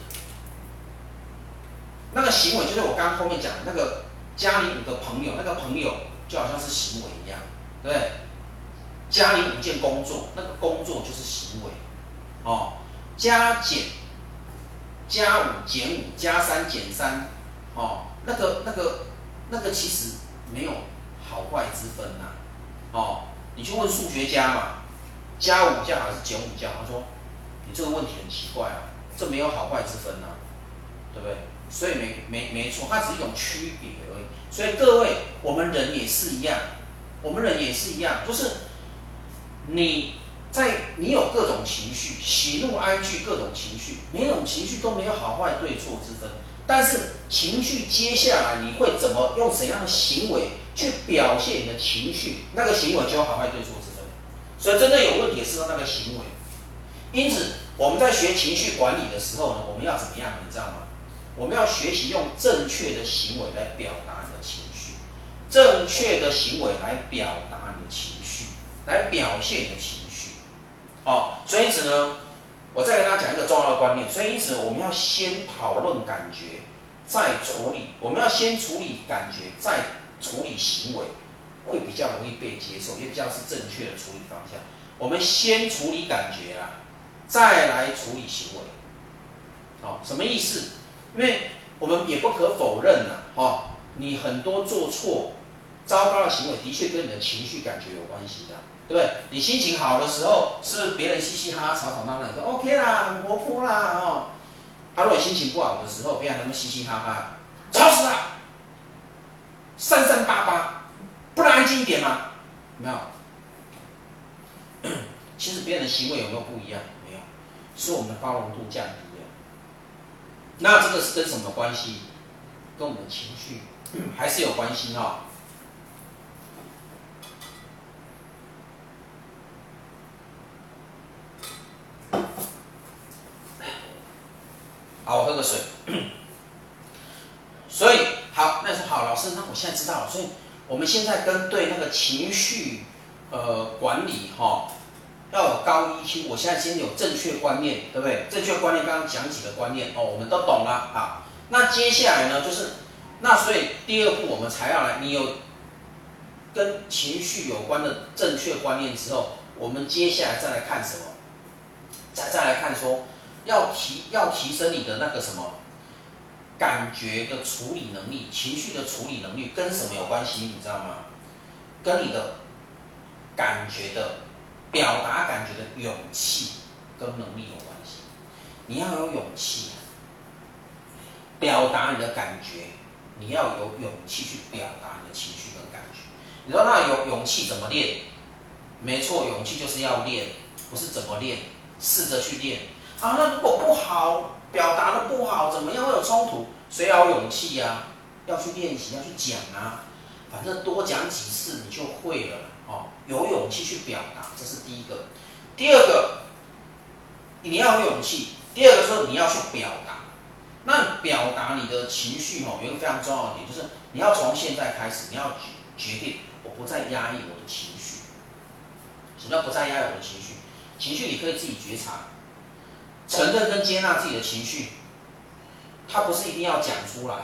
那个行为就是我刚刚后面讲的那个加你五个朋友，那个朋友就好像是行为一样，对不对？加你五件工作，那个工作就是行为，哦，加减，加五减五，加三减三，哦，那个那个那个其实没有好坏之分呐、啊，哦。你去问数学家嘛，加五加还是减五加？他说，你这个问题很奇怪啊，这没有好坏之分啊，对不对？所以没没没错，它只是一种区别而已。所以各位，我们人也是一样，我们人也是一样，就是你在你有各种情绪，喜怒哀惧各种情绪，每种情绪都没有好坏对错之分。但是情绪接下来你会怎么用怎样的行为去表现你的情绪，那个行为就有好坏对错之分。所以真正有问题是那个行为。因此我们在学情绪管理的时候呢，我们要怎么样？你知道吗？我们要学习用正确的行为来表达你的情绪，正确的行为来表达你的情绪，来表现你的情绪。哦，所以因此呢，我再跟大家讲一个重要的观念。所以因此我们要先讨论感觉，再处理。我们要先处理感觉，再处理行为，会比较容易被接受，也比较是正确的处理方向。我们先处理感觉啦，再来处理行为。好、哦，什么意思？因为我们也不可否认呐、啊，哦，你很多做错、糟糕的行为，的确跟你的情绪感觉有关系的，对不对？你心情好的时候，是不是别人嘻嘻哈哈、吵吵闹闹，你说 OK 啦，很活泼啦，哦。他、啊、如果心情不好的时候，别人他们嘻嘻哈哈，吵死了，三三八八，不能安静一点吗？有没有？其实别人的行为有没有不一样？没有，是我们的包容度降低了。那这个是跟什么关系？跟我们的情绪还是有关系哈、哦。好，我喝个水。所以好，那说好，老师，那我现在知道了。所以我们现在跟对那个情绪呃管理哈、哦，要有高 E Q。我现在先有正确观念，对不对？正确观念刚刚讲几个观念哦，我们都懂了。好，那接下来呢，就是那所以第二步我们才要来，你有跟情绪有关的正确观念之后，我们接下来再来看什么？再再来看说。要提要提升你的那个什么感觉的处理能力，情绪的处理能力跟什么有关系？你知道吗？跟你的感觉的表达感觉的勇气跟能力有关系。你要有勇气表达你的感觉，你要有勇气去表达你的情绪跟感觉。你说那有勇气怎么练？没错，勇气就是要练，不是怎么练，试着去练。啊，那如果不好，表达的不好，怎么样会有冲突？所以要有勇气呀、啊，要去练习，要去讲啊，反正多讲几次你就会了哦。有勇气去表达，这是第一个。第二个，你要有勇气。第二个是你要去表达。那表达你的情绪哦，有一个非常重要的点，就是你要从现在开始，你要决定，我不再压抑我的情绪。什么叫不再压抑我的情绪？情绪你可以自己觉察。承认跟接纳自己的情绪，它不是一定要讲出来，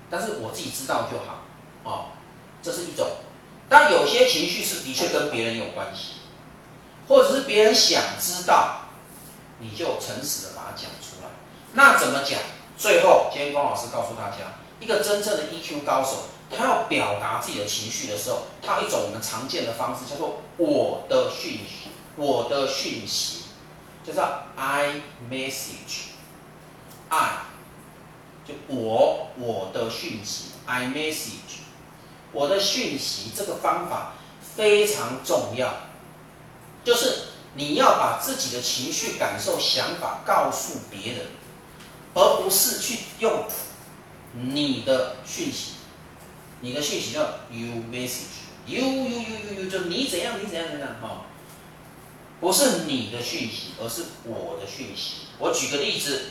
但是我自己知道就好，哦，这是一种。但有些情绪是的确跟别人有关系，或者是别人想知道，你就诚实的把它讲出来。那怎么讲？最后，今天龚老师告诉大家，一个真正的 E Q 高手，他要表达自己的情绪的时候，他有一种我们常见的方式，叫做我的讯息，我的讯息，就叫 I message，I 就我我的讯息 ，I message， 我的讯息这个方法非常重要，就是你要把自己的情绪、感受、想法告诉别人，而不是去用你的讯息。你的讯息叫 you message，you you you you you 就你怎样你怎样怎样哈、哦，不是你的讯息，而是我的讯息。我举个例子，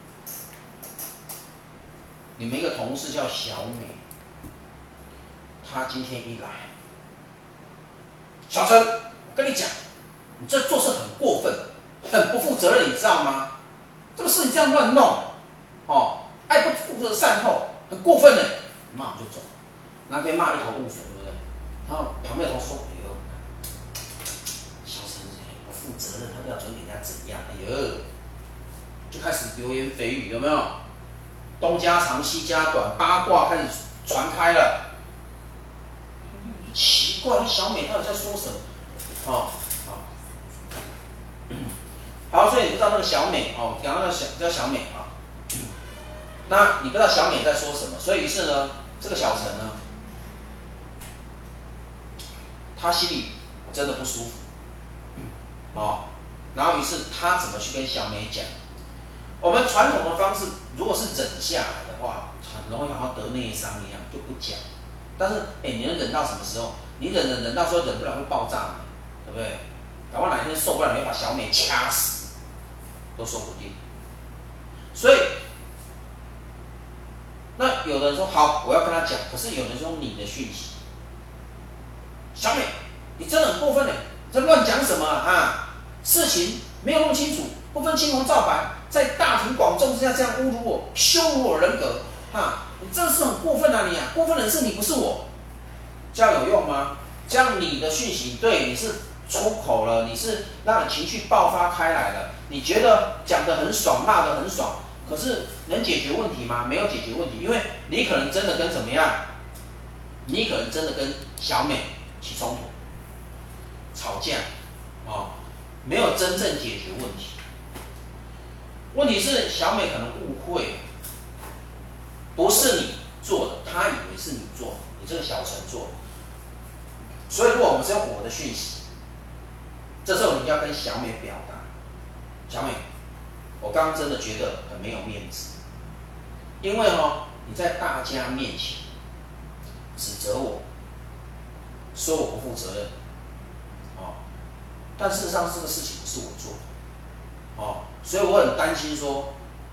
你们一个同事叫小美，她今天一来，小陈，我跟你讲，你这做事很过分，很不负责任，你知道吗？这个事你这样乱弄，哦，爱不负责善后，很过分的，骂就走。然后被骂一头雾水，对不对？然后旁边的同事说：“哎呦，小陈不负责任，他不要准给人家怎样？哎呦，就开始流言蜚语，有没有？东家长西家短，八卦开始传开了。奇怪，小美到底在说什么？哦，好，好，所以你不知道那个小美哦，讲那个小叫小美啊，那你不知道小美在说什么，所以于是呢，这个小陈呢。”他心里真的不舒服，哦，然后于是他怎么去跟小美讲？我们传统的方式，如果是忍下来的话，很容易好像得内伤一样，就不讲。但是，哎，你能忍到什么时候？你忍忍忍到时候忍不了会爆炸，对不对？搞不好哪天受不了，你会把小美掐死，都说不定。所以，那有的人说好，我要跟他讲，可是有人说你的讯息。小美，你真的很过分嘞！你在乱讲什么啊？啊，事情没有弄清楚，不分青红皂白，在大庭广众之下这样侮辱我、羞辱我人格，啊，你真的是很过分啊你啊！过分的是你，不是我。这样有用吗？这样你的讯息对你是出口了，你是让你情绪爆发开来了，你觉得讲得很爽，骂得很爽，可是能解决问题吗？没有解决问题，因为你可能真的跟怎么样？你可能真的跟小美起冲突、吵架，哦，没有真正解决问题。问题是小美可能误会，不是你做的，她以为是你做的，你这个小陈做的。所以，如果我们是用我的讯息，这时候你要跟小美表达：小美，我刚刚真的觉得很没有面子，因为哦，你在大家面前指责我。说我不负责任，哦，但事实上这个事情不是我做的，哦，所以我很担心说，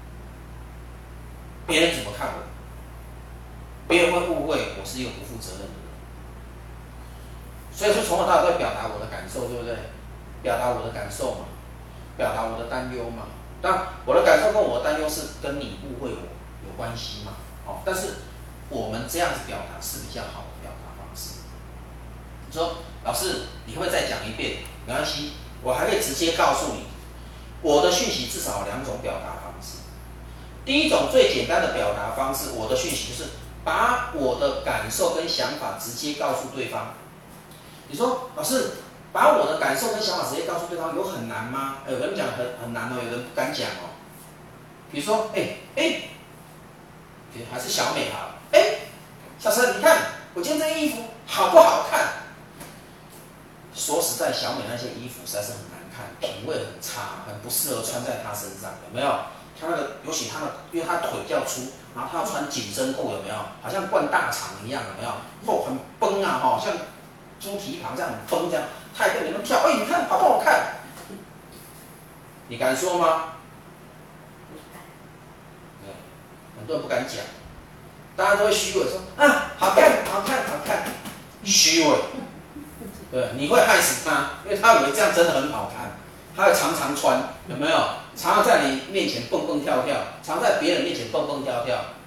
别人怎么看我，别人会误会我是一个不负责任的人，所以说从头到尾会表达我的感受，对不对？表达我的感受嘛，表达我的担忧嘛。但我的感受跟我的担忧是跟你误会我有关系嘛，哦，但是我们这样子表达是比较好的表达方式。说老师，你会不会再讲一遍？没关系，我还可以直接告诉你，我的讯息至少有两种表达方式。第一种最简单的表达方式，我的讯息就是把我的感受跟想法直接告诉对方。你说老师，把我的感受跟想法直接告诉对方，有很难吗？有人讲很很难哦，有人不敢讲哦。比如说，哎哎，还是小美好，哎，小陈，你看我今天这件衣服好不好看？说实在，小美那些衣服实在是很难看，品味很差，很不适合穿在她身上，有没有？她那个，尤其她的，因为她腿比较粗，然后她要穿紧身裤，有没有？好像灌大肠一样，有没有？后很绷啊，哈，像猪蹄膀这样很绷这样，她还跟你们跳，哎，你看好不好看？你敢说吗？对，很多人不敢讲，大家都会虚伪说啊，好看，好看，好看，虚伪。对，你会害死他，因为他以为这样真的很好看，他会常常穿，有没有？常常在你面前蹦蹦跳跳，常在别人面前蹦蹦跳跳，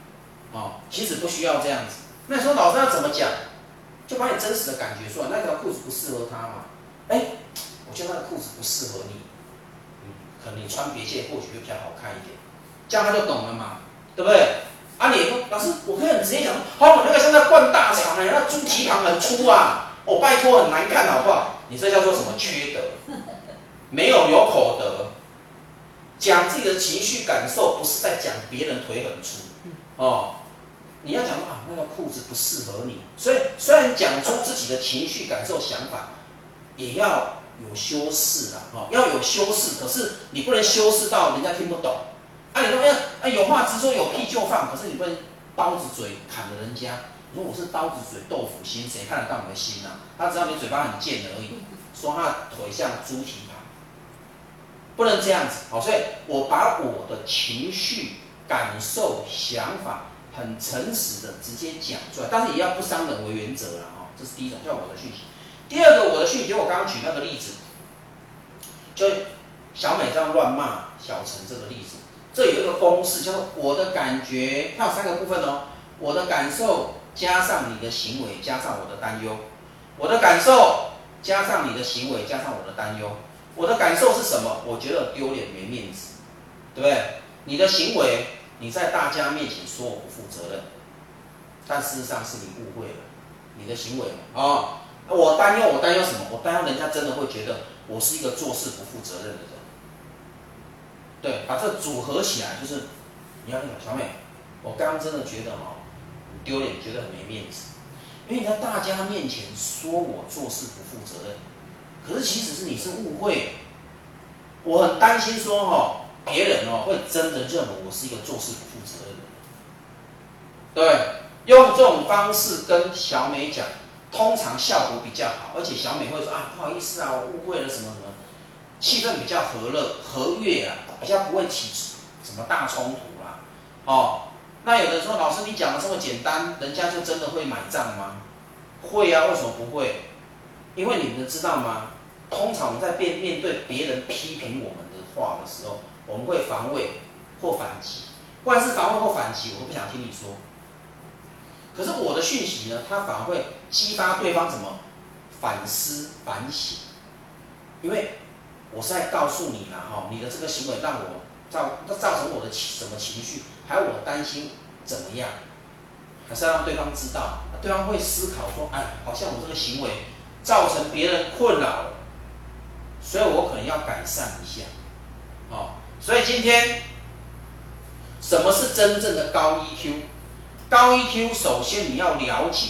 哦，其实不需要这样子。那你说老师要怎么讲？就把你真实的感觉出来。那条裤子不适合他嘛？哎，我觉得那个裤子不适合你，嗯，可能你穿别件或许会比较好看一点，这样他就懂了嘛，对不对？啊，你说老师，我可以很直接讲，好，我那个像在灌大肠哎，那猪蹄膀很粗啊，我、哦、拜托很难看好不好？你这叫做什么缺德？没有有口德，讲自己的情绪感受，不是在讲别人腿很粗哦。你要讲啊，那个裤子不适合你，所以虽然讲出自己的情绪感受想法，也要有修饰啦，哦，要有修饰，可是你不能修饰到人家听不懂。啊，你说哎哎，有话直说，有屁就放，可是你不能刀子嘴砍了人家。你说我是刀子嘴豆腐心，谁看得到你的心啊？他知道你嘴巴很贱而已，说他腿像猪蹄膀，不能这样子。好，所以我把我的情绪、感受、想法很诚实的直接讲出来，但是也要不伤人为原则啦，哦，这是第一种，叫我的讯息。第二个，我的讯息，就我刚刚举那个例子，就小美这样乱骂小陈这个例子，这有一个公式，叫做我的感觉，它有三个部分哦，我的感受加上你的行为加上我的担忧，我的感受加上你的行为加上我的担忧，我的感受是什么？我觉得丢脸没面子，对不对？你的行为，你在大家面前说我不负责任，但事实上是你误会了你的行为哦。我担忧，我担忧什么？我担忧人家真的会觉得我是一个做事不负责任的人。对，把这组合起来，就是你要那个小美，我刚刚真的觉得哦，丢脸，觉得很没面子，因为你在大家面前说我做事不负责任，可是其实是你是误会。我很担心说哦，别人哦会真的认为我是一个做事不负责任的人。对，用这种方式跟小美讲。通常效果比较好，而且小美会说啊，不好意思啊，我误会了什么什么，气氛比较和乐和悦啊，比较不会起什么大冲突啦。哦，那有的时候老师你讲的这么简单，人家就真的会买账吗？会啊，为什么不会？因为你们知道吗？通常我们在面面对别人批评我们的话的时候，我们会防卫或反击，不管是防卫或反击，我都不想听你说。可是我的讯息呢，它反而会激发对方怎么反思反省，因为我是在告诉你啦，哈，你的这个行为让我造造成我的什么情绪，还有我担心怎么样，还是要让对方知道，对方会思考说，哎，好像我这个行为造成别人困扰了，所以我可能要改善一下，哦，所以今天什么是真正的高 E Q？高 E Q 首先你要了解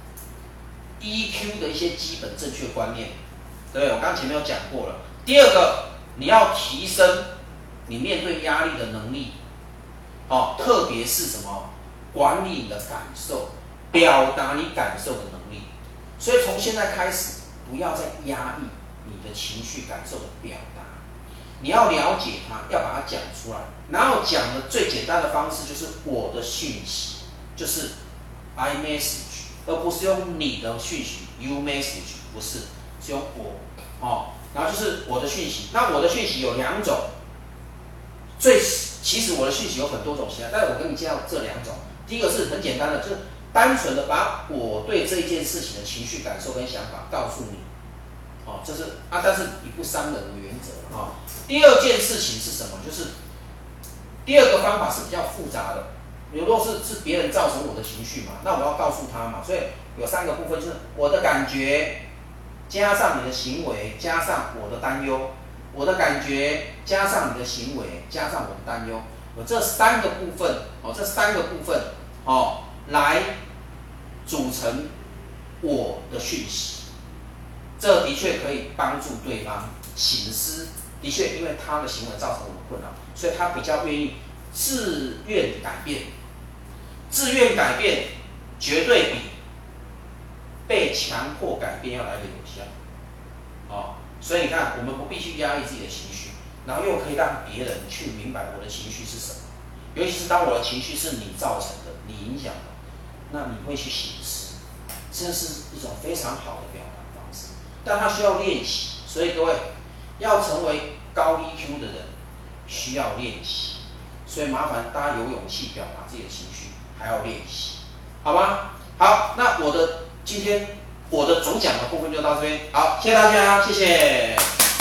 E Q 的一些基本正确观念，对不对？我刚刚前面有讲过了。第二个，你要提升你面对压力的能力，哦，特别是什么管理你的感受，表达你感受的能力。所以从现在开始，不要再压抑你的情绪感受的表达，你要了解它，要把它讲出来。然后讲的最简单的方式就是我的讯息。就是 I message， 而不是用你的讯息 You message， 不是，是用我哦。然后就是我的讯息，那我的讯息有两种，最其实我的讯息有很多种形态，但是我跟你介绍这两种。第一个是很简单的，就是单纯的把我对这一件事情的情绪感受跟想法告诉你，哦，这是啊，但是以不伤人的原则啊、哦。第二件事情是什么？就是第二个方法是比较复杂的。如果是是别人造成我的情绪嘛，那我要告诉他嘛，所以有三个部分，就是我的感觉加上你的行为加上我的担忧，我的感觉加上你的行为加上我的担忧，有这三个部分哦，这三个部分哦，来组成我的讯息，这的确可以帮助对方省思，的确因为他的行为造成我的困扰，所以他比较愿意自愿改变。自愿改变绝对比被强迫改变要来的有效，哦，所以你看，我们不必去压抑自己的情绪，然后又可以让别人去明白我的情绪是什么。尤其是当我的情绪是你造成的、你影响的，那你会去省思，这是一种非常好的表达方式。但它需要练习，所以各位要成为高 E Q 的人，需要练习。所以麻烦大家有勇气表达自己的情绪。 还要练习，好吗？好，那我的今天我的总讲的部分就到这边，好，谢谢大家，谢谢。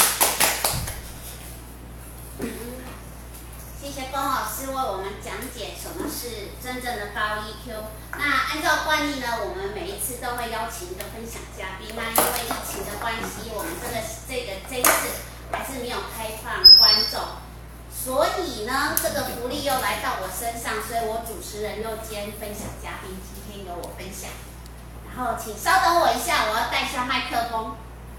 谢谢龚老师为我们讲解什么是真正的高 E Q。那按照惯例呢，我们每一次都会邀请一个分享嘉宾。那因为疫情的关系，我们这个这个这一次还是没有开放观众，所以呢，这个福利又来到我身上，所以我主持人又兼分享嘉宾，今天由我分享。然后请稍等我一下，我要带上麦克风。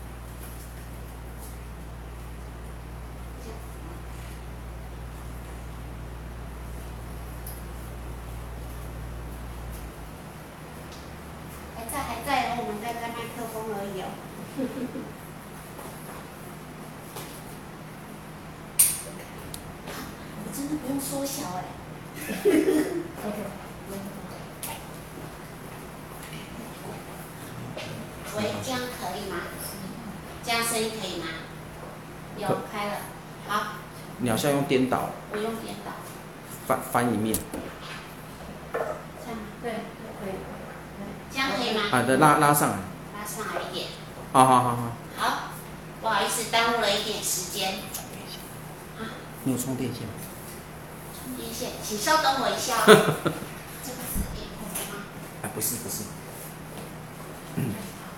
还在还在哦，我们在带麦克风而已哦。我真的不用缩小哎。喂，这样可以吗？这样声音可以吗？有开了，好。 你好像用颠倒。 我用颠倒。 翻翻一面。 这样对，可以。这样可以吗？ 啊，对，拉拉上来。 拉上来一点。 好好好好。 好，不好意思，耽误了一点时间。啊。 你有充电线吗？ 充电线，请稍等我一下哦。这个是电控的吗？ 哎，不是不是。 嗯。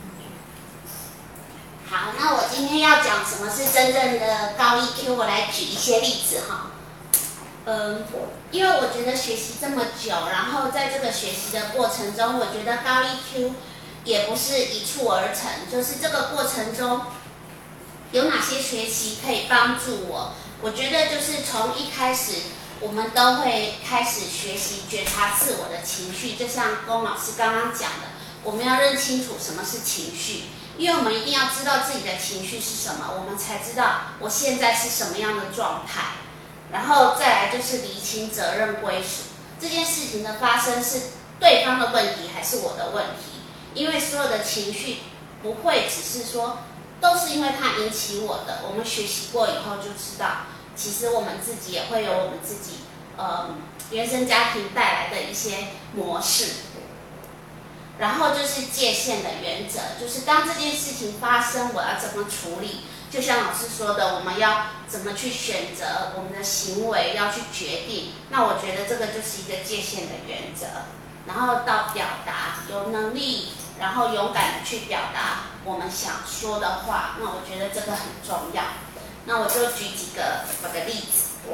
好，那我今天要讲什么是真正的高 E Q， 我来举一些例子哈。嗯，因为我觉得学习这么久，然后在这个学习的过程中，我觉得高 E Q 也不是一蹴而成，就是这个过程中有哪些学习可以帮助我？我觉得就是从一开始，我们都会开始学习觉察自我的情绪，就像龚老师刚刚讲的，我们要认清楚什么是情绪。因为我们一定要知道自己的情绪是什么，我们才知道我现在是什么样的状态。然后再来就是厘清责任归属，这件事情的发生是对方的问题还是我的问题？因为所有的情绪不会只是说都是因为它引起我的，我们学习过以后就知道，其实我们自己也会有我们自己呃原生家庭带来的一些模式。然后就是界限的原则，就是当这件事情发生，我要怎么处理？就像老师说的，我们要怎么去选择我们的行为，要去决定。那我觉得这个就是一个界限的原则。然后到表达，有能力，然后勇敢的去表达我们想说的话。那我觉得这个很重要。那我就举几个我的例子。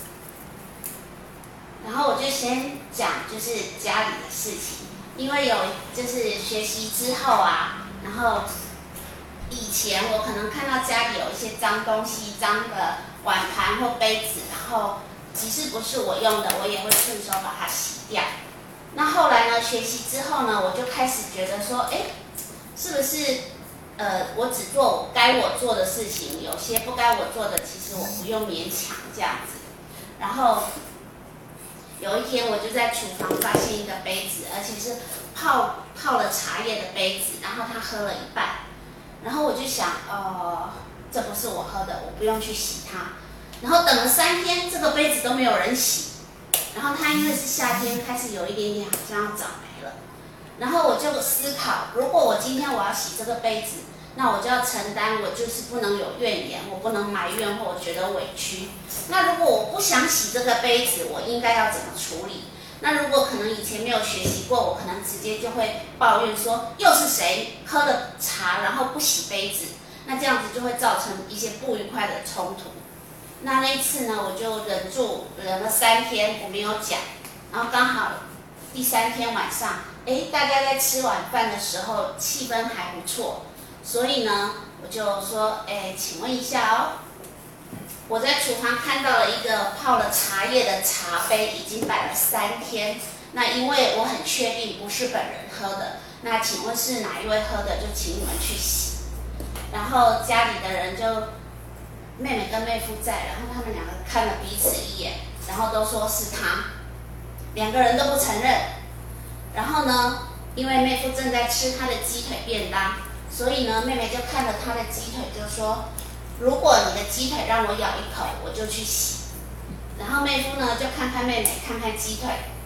然后我就先讲就是家里的事情。因为有就是学习之后啊，然后以前我可能看到家里有一些脏东西、脏的碗盘或杯子，然后即使不是我用的，我也会顺手把它洗掉。那后来呢，学习之后呢，我就开始觉得说，哎，是不是呃，我只做该我做的事情，有些不该我做的，其实我不用勉强这样子。然后有一天，我就在厨房发现一个杯子，而且是泡泡了茶叶的杯子，然后他喝了一半，然后我就想，呃，这不是我喝的，我不用去洗它。然后等了三天，这个杯子都没有人洗，然后它因为是夏天，开始有一点点好像要长霉了。然后我就思考，如果我今天我要洗这个杯子，那我就要承担，我就是不能有怨言，我不能埋怨或我觉得委屈。那如果我不想洗这个杯子，我应该要怎么处理？那如果可能以前没有学习过，我可能直接就会抱怨说，又是谁喝了茶然后不洗杯子？那这样子就会造成一些不愉快的冲突。那那一次呢，我就忍住，忍了三天，我没有讲。然后刚好第三天晚上，哎，大家在吃晚饭的时候，气氛还不错。所以呢，我就说，哎，请问一下哦，我在厨房看到了一个泡了茶叶的茶杯，已经摆了三天。那因为我很确定不是本人喝的，那请问是哪一位喝的？就请你们去洗。然后家里的人就妹妹跟妹夫在，然后他们两个看了彼此一眼，然后都说是他，两个人都不承认。然后呢，因为妹夫正在吃他的鸡腿便当。所以呢，妹妹就看着她的鸡腿，就说：“如果你的鸡腿让我咬一口，我就去洗。”然后妹夫呢，就看看妹妹，看看鸡腿，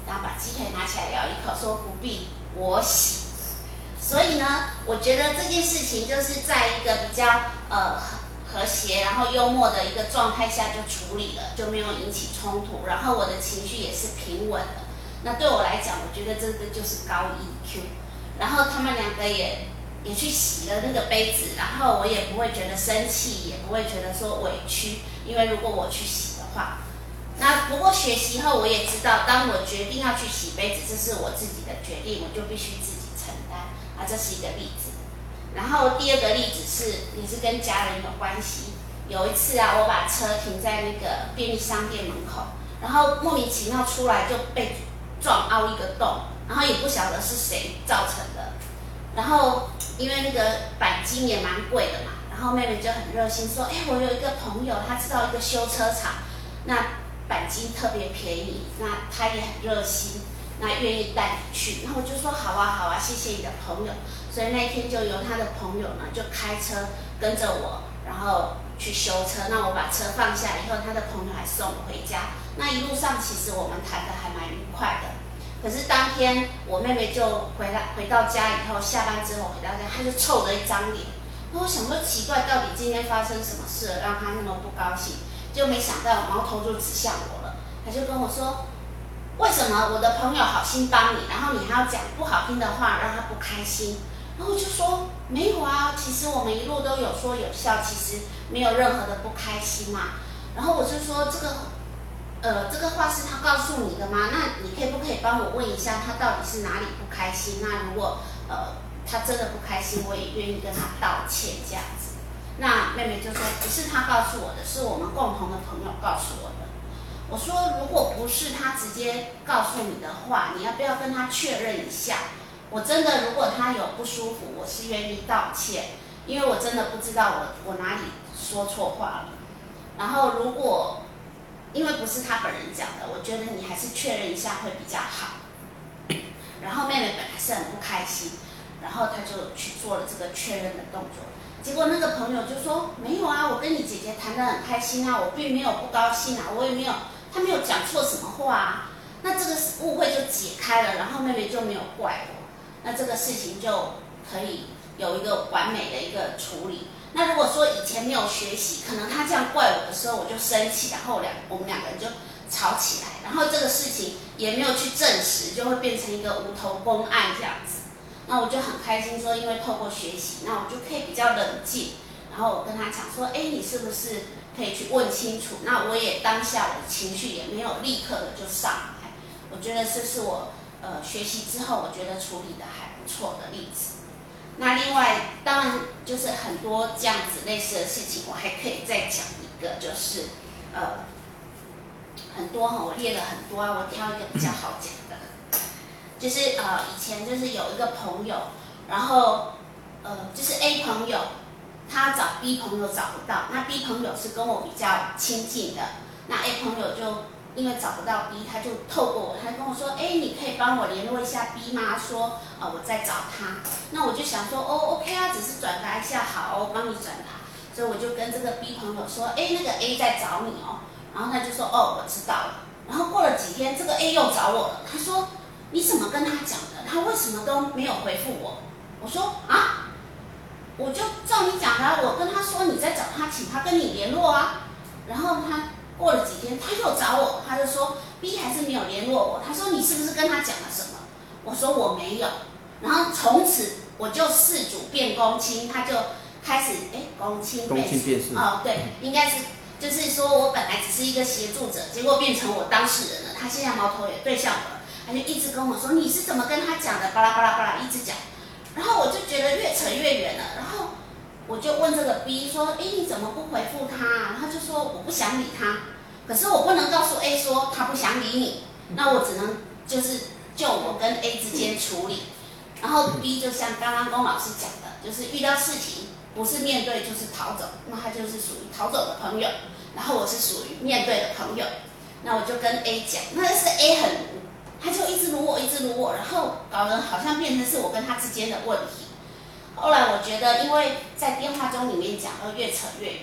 然后把鸡腿拿起来咬一口，说不必，我洗。所以呢，我觉得这件事情就是在一个比较呃和谐，然后幽默的一个状态下就处理了，就没有引起冲突，然后我的情绪也是平稳的。那对我来讲，我觉得这个就是高 E Q。然后他们两个也也去洗了那个杯子，然后我也不会觉得生气，也不会觉得说委屈，因为如果我去洗的话，那不过学习后我也知道，当我决定要去洗杯子，这是我自己的决定，我就必须自己承担啊，这是一个例子。然后第二个例子是也是跟家人有关系。有一次啊，我把车停在那个便利商店门口，然后莫名其妙出来就被撞凹一个洞，然后也不晓得是谁造成的。然后因为那个钣金也蛮贵的嘛，然后妹妹就很热心说：“哎，我有一个朋友，他知道一个修车厂，那钣金特别便宜，那他也很热心，那愿意带你去。”然后我就说：“好啊，好啊，谢谢你的朋友。”所以那天就由他的朋友呢，就开车跟着我，然后去修车。那我把车放下以后，他的朋友还送我回家。那一路上其实我们谈得还蛮愉快的。可是当天我妹妹就回来回到家以后，下班之后回到家，她就臭着一张脸。那我想说奇怪，到底今天发生什么事了，让她那么不高兴？就没想到矛头就指向我了。她就跟我说：“为什么我的朋友好心帮你，然后你还要讲不好听的话，让他不开心？”然后我就说：“没有啊，其实我们一路都有说有笑，其实没有任何的不开心嘛。”然后我就说：“这个。”呃，这个话是他告诉你的吗？那你可以不可以帮我问一下，他到底是哪里不开心？那如果呃他真的不开心，我也愿意跟他道歉这样子。那妹妹就说不是他告诉我的，是我们共同的朋友告诉我的。我说如果不是他直接告诉你的话，你要不要跟他确认一下？我真的如果他有不舒服，我是愿意道歉，因为我真的不知道我我哪里说错话了。然后如果因为不是他本人讲的，我觉得你还是确认一下会比较好。然后妹妹本来是很不开心，然后她就去做了这个确认的动作。结果那个朋友就说：“没有啊，我跟你姐姐谈得很开心啊，我并没有不高兴啊，我也没有，她没有讲错什么话啊。”那这个误会就解开了，然后妹妹就没有怪我，那这个事情就可以有一个完美的一个处理。那如果说以前没有学习，可能他这样怪我的时候，我就生气，然后两我们两个人就吵起来，然后这个事情也没有去证实，就会变成一个无头公案这样子。那我就很开心说，因为透过学习，那我就可以比较冷静，然后我跟他讲说，哎，你是不是可以去问清楚？那我也当下我的情绪也没有立刻的就上来，我觉得这是我呃学习之后，我觉得处理的还不错的例子。那另外，当然就是很多这样子类似的事情，我还可以再讲一个，就是呃很多哈，我列了很多啊，我挑一个比较好讲的，就是呃以前就是有一个朋友，然后呃就是 A 朋友，他找 B 朋友找不到，那 B 朋友是跟我比较亲近的，那 A 朋友就因为找不到 B， 他就透过我，他跟我说，哎，你可以帮我联络一下 B 吗？说，呃，我在找他。那我就想说，哦 ，OK 啊，只是转达一下，好，我帮你转达。所以我就跟这个 B 朋友说，哎，那个 A 在找你哦。然后他就说，哦，我知道了。然后过了几天，这个 A 又找我了，他说，你怎么跟他讲的？他为什么都没有回复我？我说，啊，我就照你讲的，我跟他说你在找他，请他跟你联络啊。然后他。过了几天，他又找我，他就说 B 还是没有联络我。他说你是不是跟他讲了什么？我说我没有。然后从此我就事主变公亲，他就开始哎公亲公亲变事哦，对，应该是就是说我本来只是一个协助者，结果变成我当事人了。他现在矛头也对向我了，他就一直跟我说你是怎么跟他讲的，巴拉巴拉巴拉一直讲。然后我就觉得越扯越远了，然后。我就问这个 B 说，哎，你怎么不回复他啊？他就说我不想理他，可是我不能告诉 A 说他不想理你，那我只能就是就我跟 A 之间处理。然后 B 就像刚刚龚老师讲的，就是遇到事情不是面对就是逃走，那他就是属于逃走的朋友，然后我是属于面对的朋友。那我就跟 A 讲，那是 A 很鲁，他就一直撸我，一直撸我，然后搞得好像变成是我跟他之间的问题。后来我觉得，因为在电话中里面讲，要越扯越远，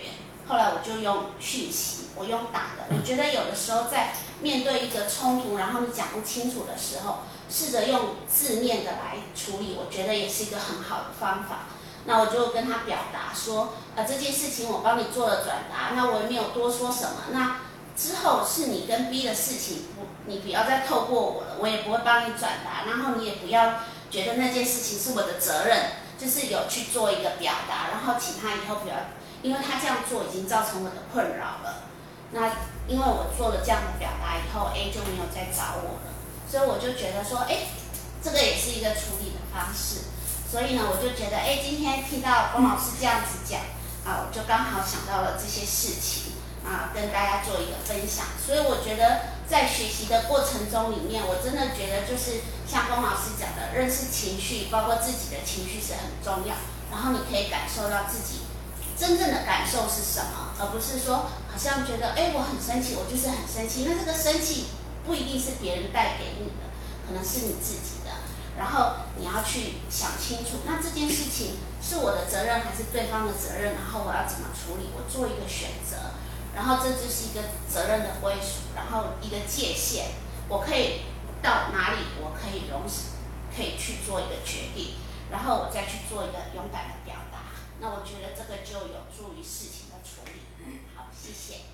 后来我就用讯息，我用打的。我觉得有的时候在面对一个冲突，然后你讲不清楚的时候，试着用字面的来处理，我觉得也是一个很好的方法。那我就跟他表达说，呃，这件事情我帮你做了转达，那我也没有多说什么。那之后是你跟 B 的事情，不，你不要再透过我了，我也不会帮你转达，然后你也不要觉得那件事情是我的责任，就是有去做一个表达，然后请他以后不要，因为他这样做已经造成我的困扰了。那因为我做了这样的表达以后 ，A 就没有再找我了，所以我就觉得说，哎，这个也是一个处理的方式。所以呢，我就觉得，哎，今天听到龚老师这样子讲，啊，我就刚好想到了这些事情，啊，跟大家做一个分享。所以我觉得在学习的过程中里面，我真的觉得就是像龚老师讲的，认识情绪，包括自己的情绪是很重要。然后你可以感受到自己真正的感受是什么，而不是说好像觉得，哎，我很生气，我就是很生气。那这个生气不一定是别人带给你的，可能是你自己的。然后你要去想清楚，那这件事情是我的责任还是对方的责任？然后我要怎么处理？我做一个选择，然后这就是一个责任的归属，然后一个界限，我可以到哪里，我可以容，可以去做一个决定，然后我再去做一个勇敢的表达。那我觉得这个就有助于事情的处理。好，谢谢。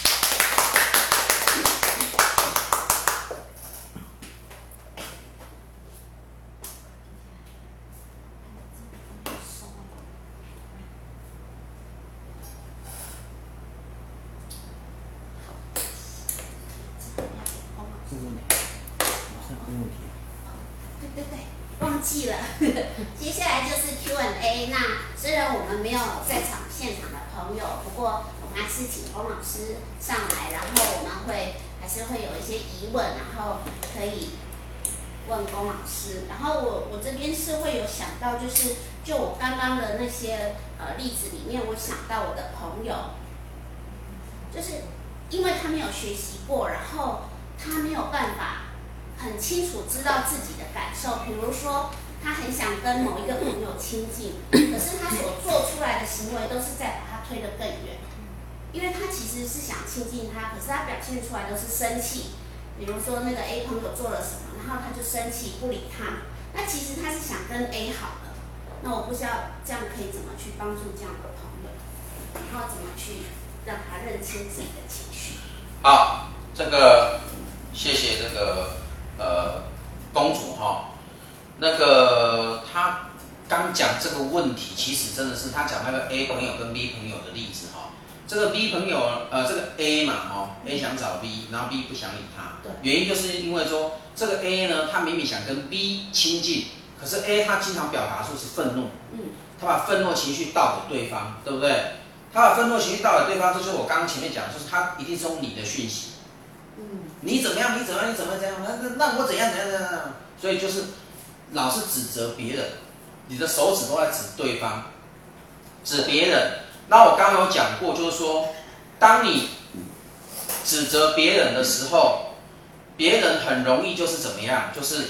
对对对，忘记了。接下来就是 Q and A。那虽然我们没有在场现场的朋友，不过我们还是请龚老师上来，然后我们会还是会有一些疑问，然后可以问龚老师。然后我我这边是会有想到，就是就我刚刚的那些呃例子里面，我想到我的朋友，就是因为他没有学习过，然后他没有办法很清楚知道自己的感受。比如说他很想跟某一个朋友亲近，可是他所做出来的行为都是在把他推得更远，因为他其实是想亲近他，可是他表现出来都是生气。比如说那个 A 朋友做了什么，然后他就生气不理他，那其实他是想跟 A 好的。那我不知道这样可以怎么去帮助这样的朋友，然后怎么去让他认清自己的情绪。 好，这个谢谢这个呃公主哈，那个她刚讲这个问题，其实真的是她讲那个 A 朋友跟 B 朋友的例子哈。这个 B 朋友呃这个 A 嘛哈 ，A 想找 B， 然后 B 不想理他，原因就是因为说这个 A 呢，他明明想跟 B 亲近，可是 A 他经常表达出是愤怒，嗯，他把愤怒情绪倒给对方，对不对？他把愤怒情绪倒给对方，这就是我刚刚前面讲的，就是他一定是用你的讯息，嗯，你怎么样？你怎么样？你怎么样？怎样？那那我怎样？怎样？怎样？所以就是老是指责别人，你的手指都在指对方，指别人。那我刚刚有讲过，就是说，当你指责别人的时候，别人很容易就是怎么样？就是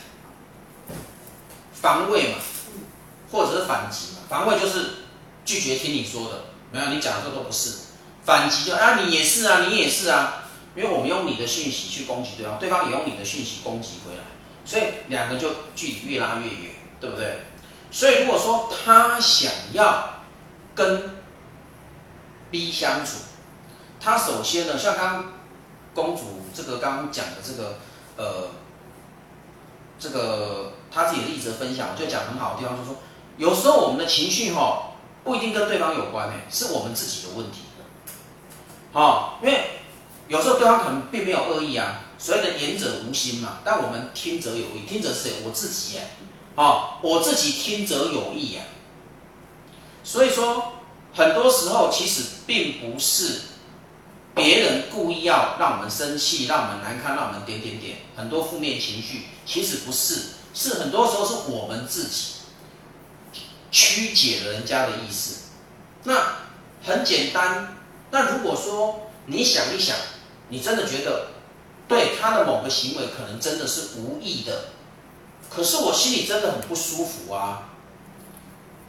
防卫嘛，或者是反击嘛。防卫就是拒绝听你说的，没有你讲的这都不是。反击就啊你也是啊，你也是啊，因为我们用你的讯息去攻击对方，对方也用你的讯息攻击回来，所以两个就距离越拉越远，对不对？所以如果说他想要跟 B 相处，他首先呢，像刚刚公主这个刚刚讲的这个呃这个他自己的例子的分享，我就讲很好的地方，就是说，有时候我们的情绪哈、哦、不一定跟对方有关诶，是我们自己的问题。好、哦，因为有时候对方可能并没有恶意啊，所谓的言者无心嘛，但我们听者有意，听者是谁？我自己耶，哦，我自己听者有意呀。所以说。很多时候其实并不是别人故意要让我们生气、让我们难堪、让我们点点点，很多负面情绪其实不是，是很多时候是我们自己曲解了人家的意思。那很简单，那如果说你想一想，你真的觉得对他的某个行为可能真的是无意的，可是我心里真的很不舒服啊。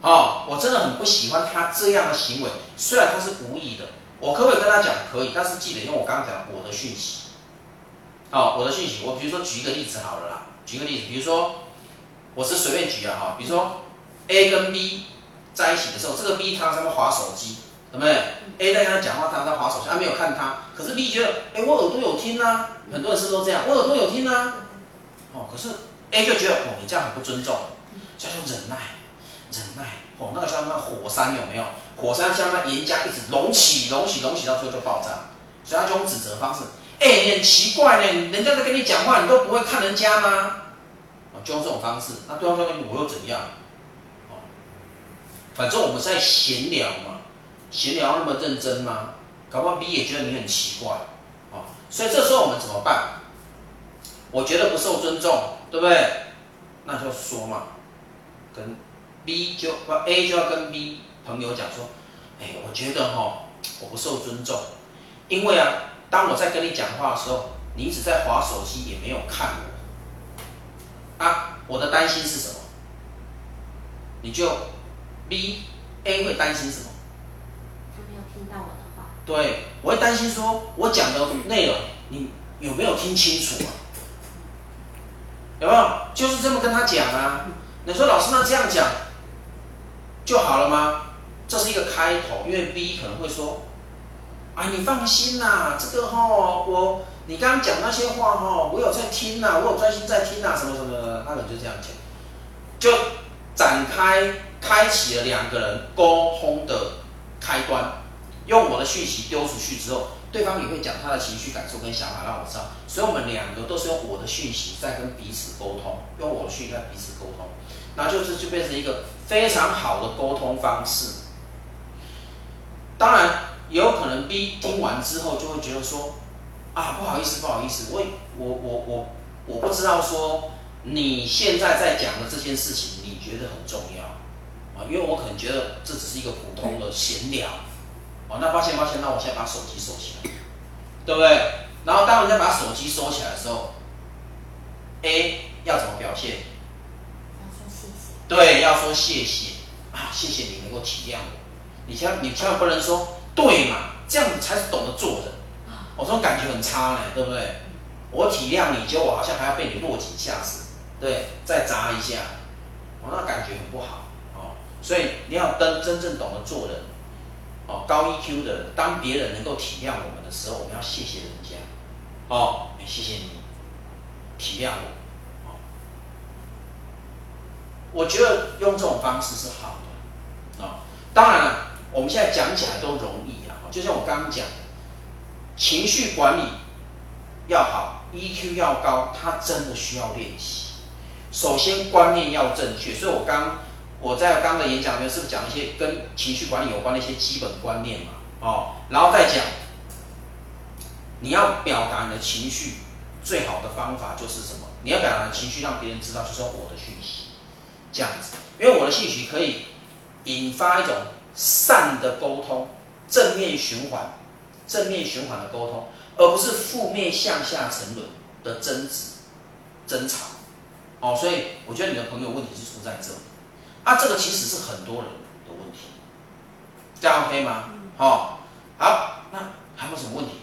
哦，我真的很不喜欢他这样的行为，虽然他是无意的，我可不可以跟他讲？可以，但是记得用我刚刚讲我的讯息。哦，我的讯息，我比如说举一个例子好了啦，举一个例子，比如说我是随便举啊哈，比如说 A 跟 B 在一起的时候，这个 B 他在那滑手机，对不对 ？A 在跟他讲话，他在滑手机，他没有看他，可是 B 觉得，哎，我耳朵有听啊，很多人是不是都这样？我耳朵有听啊，哦，可是 A 就觉得，哦，你这样很不尊重，叫做忍耐。忍耐，哦，那个像那火山有没有？火山像那岩浆一直隆起、隆起、隆起，到最后就爆炸。所以他就用指责方式，哎、欸，你很奇怪呢，人家在跟你讲话，你都不会看人家吗？哦，就用这种方式，那对方说我又怎样？哦，反正我们在闲聊嘛，闲聊那么认真吗？搞不好 B 也觉得你很奇怪，哦，所以这时候我们怎么办？我觉得不受尊重，对不对？那就说嘛，跟 B 就 A 就要跟 B 朋友讲说，哎、欸，我觉得哈，我不受尊重，因为啊，当我在跟你讲话的时候，你一直在滑手机，也没有看我。啊，我的担心是什么？你就 B A 会担心什么？ 他没有听到我的话。 对，我会担心说，我讲的内容你有没有听清楚啊？有没有？就是这么跟他讲啊。你说老师那这样讲就好了吗？这是一个开头，因为 B 可能会说，哎，你放心啦，这个吼我你刚刚讲那些话吼，我有在听啦，我有专心在听啦，什么什么的，他可能就这样讲，就展开开启了两个人沟通的开端。用我的讯息丢出去之后，对方也会讲他的情绪感受跟想法让我知道，所以我们两个都是用我的讯息在跟彼此沟通，用我的讯息在彼此沟通，然后就是就变成一个非常好的沟通方式。当然也有可能 B 听完之后就会觉得说，啊不好意思不好意思，我我我我我不知道说你现在在讲的这件事情你觉得很重要啊，因为我可能觉得这只是一个普通的闲聊。哦，那抱歉抱歉，那我现在把手机收起来，对不对？然后当人家把手机收起来的时候 ，A 要怎么表现？ 要说谢谢。 对，要说谢谢啊，谢谢你能够体谅我。你千万你千万不能说对嘛，这样才是懂得做人。我、哦、这种感觉很差呢，对不对？我体谅你，结果我好像还要被你落井下石，对，再砸一下，我、哦、那感觉很不好哦。所以你要真真正懂得做人。哦，高 E Q 的人，当别人能够体谅我们的时候，我们要谢谢人家。哦，谢谢你体谅我。哦，我觉得用这种方式是好的。哦，当然了，我们现在讲起来都容易啊。就像我刚刚讲的，情绪管理要好 ，E Q 要高，它真的需要练习。首先观念要正确，所以我刚。我在刚刚的演讲里面是不是讲一些跟情绪管理有关的一些基本观念嘛？哦，然后再讲，你要表达你的情绪，最好的方法就是什么？你要表达的情绪让别人知道，就是用我的讯息，这样子，因为我的讯息可以引发一种善的沟通，正面循环，正面循环的沟通，而不是负面向下沉沦的争执、争吵。哦，所以我觉得你的朋友问题是出在这里。啊，这个其实是很多人的问题，这样 OK 吗？好、哦，好，那还有什么问题？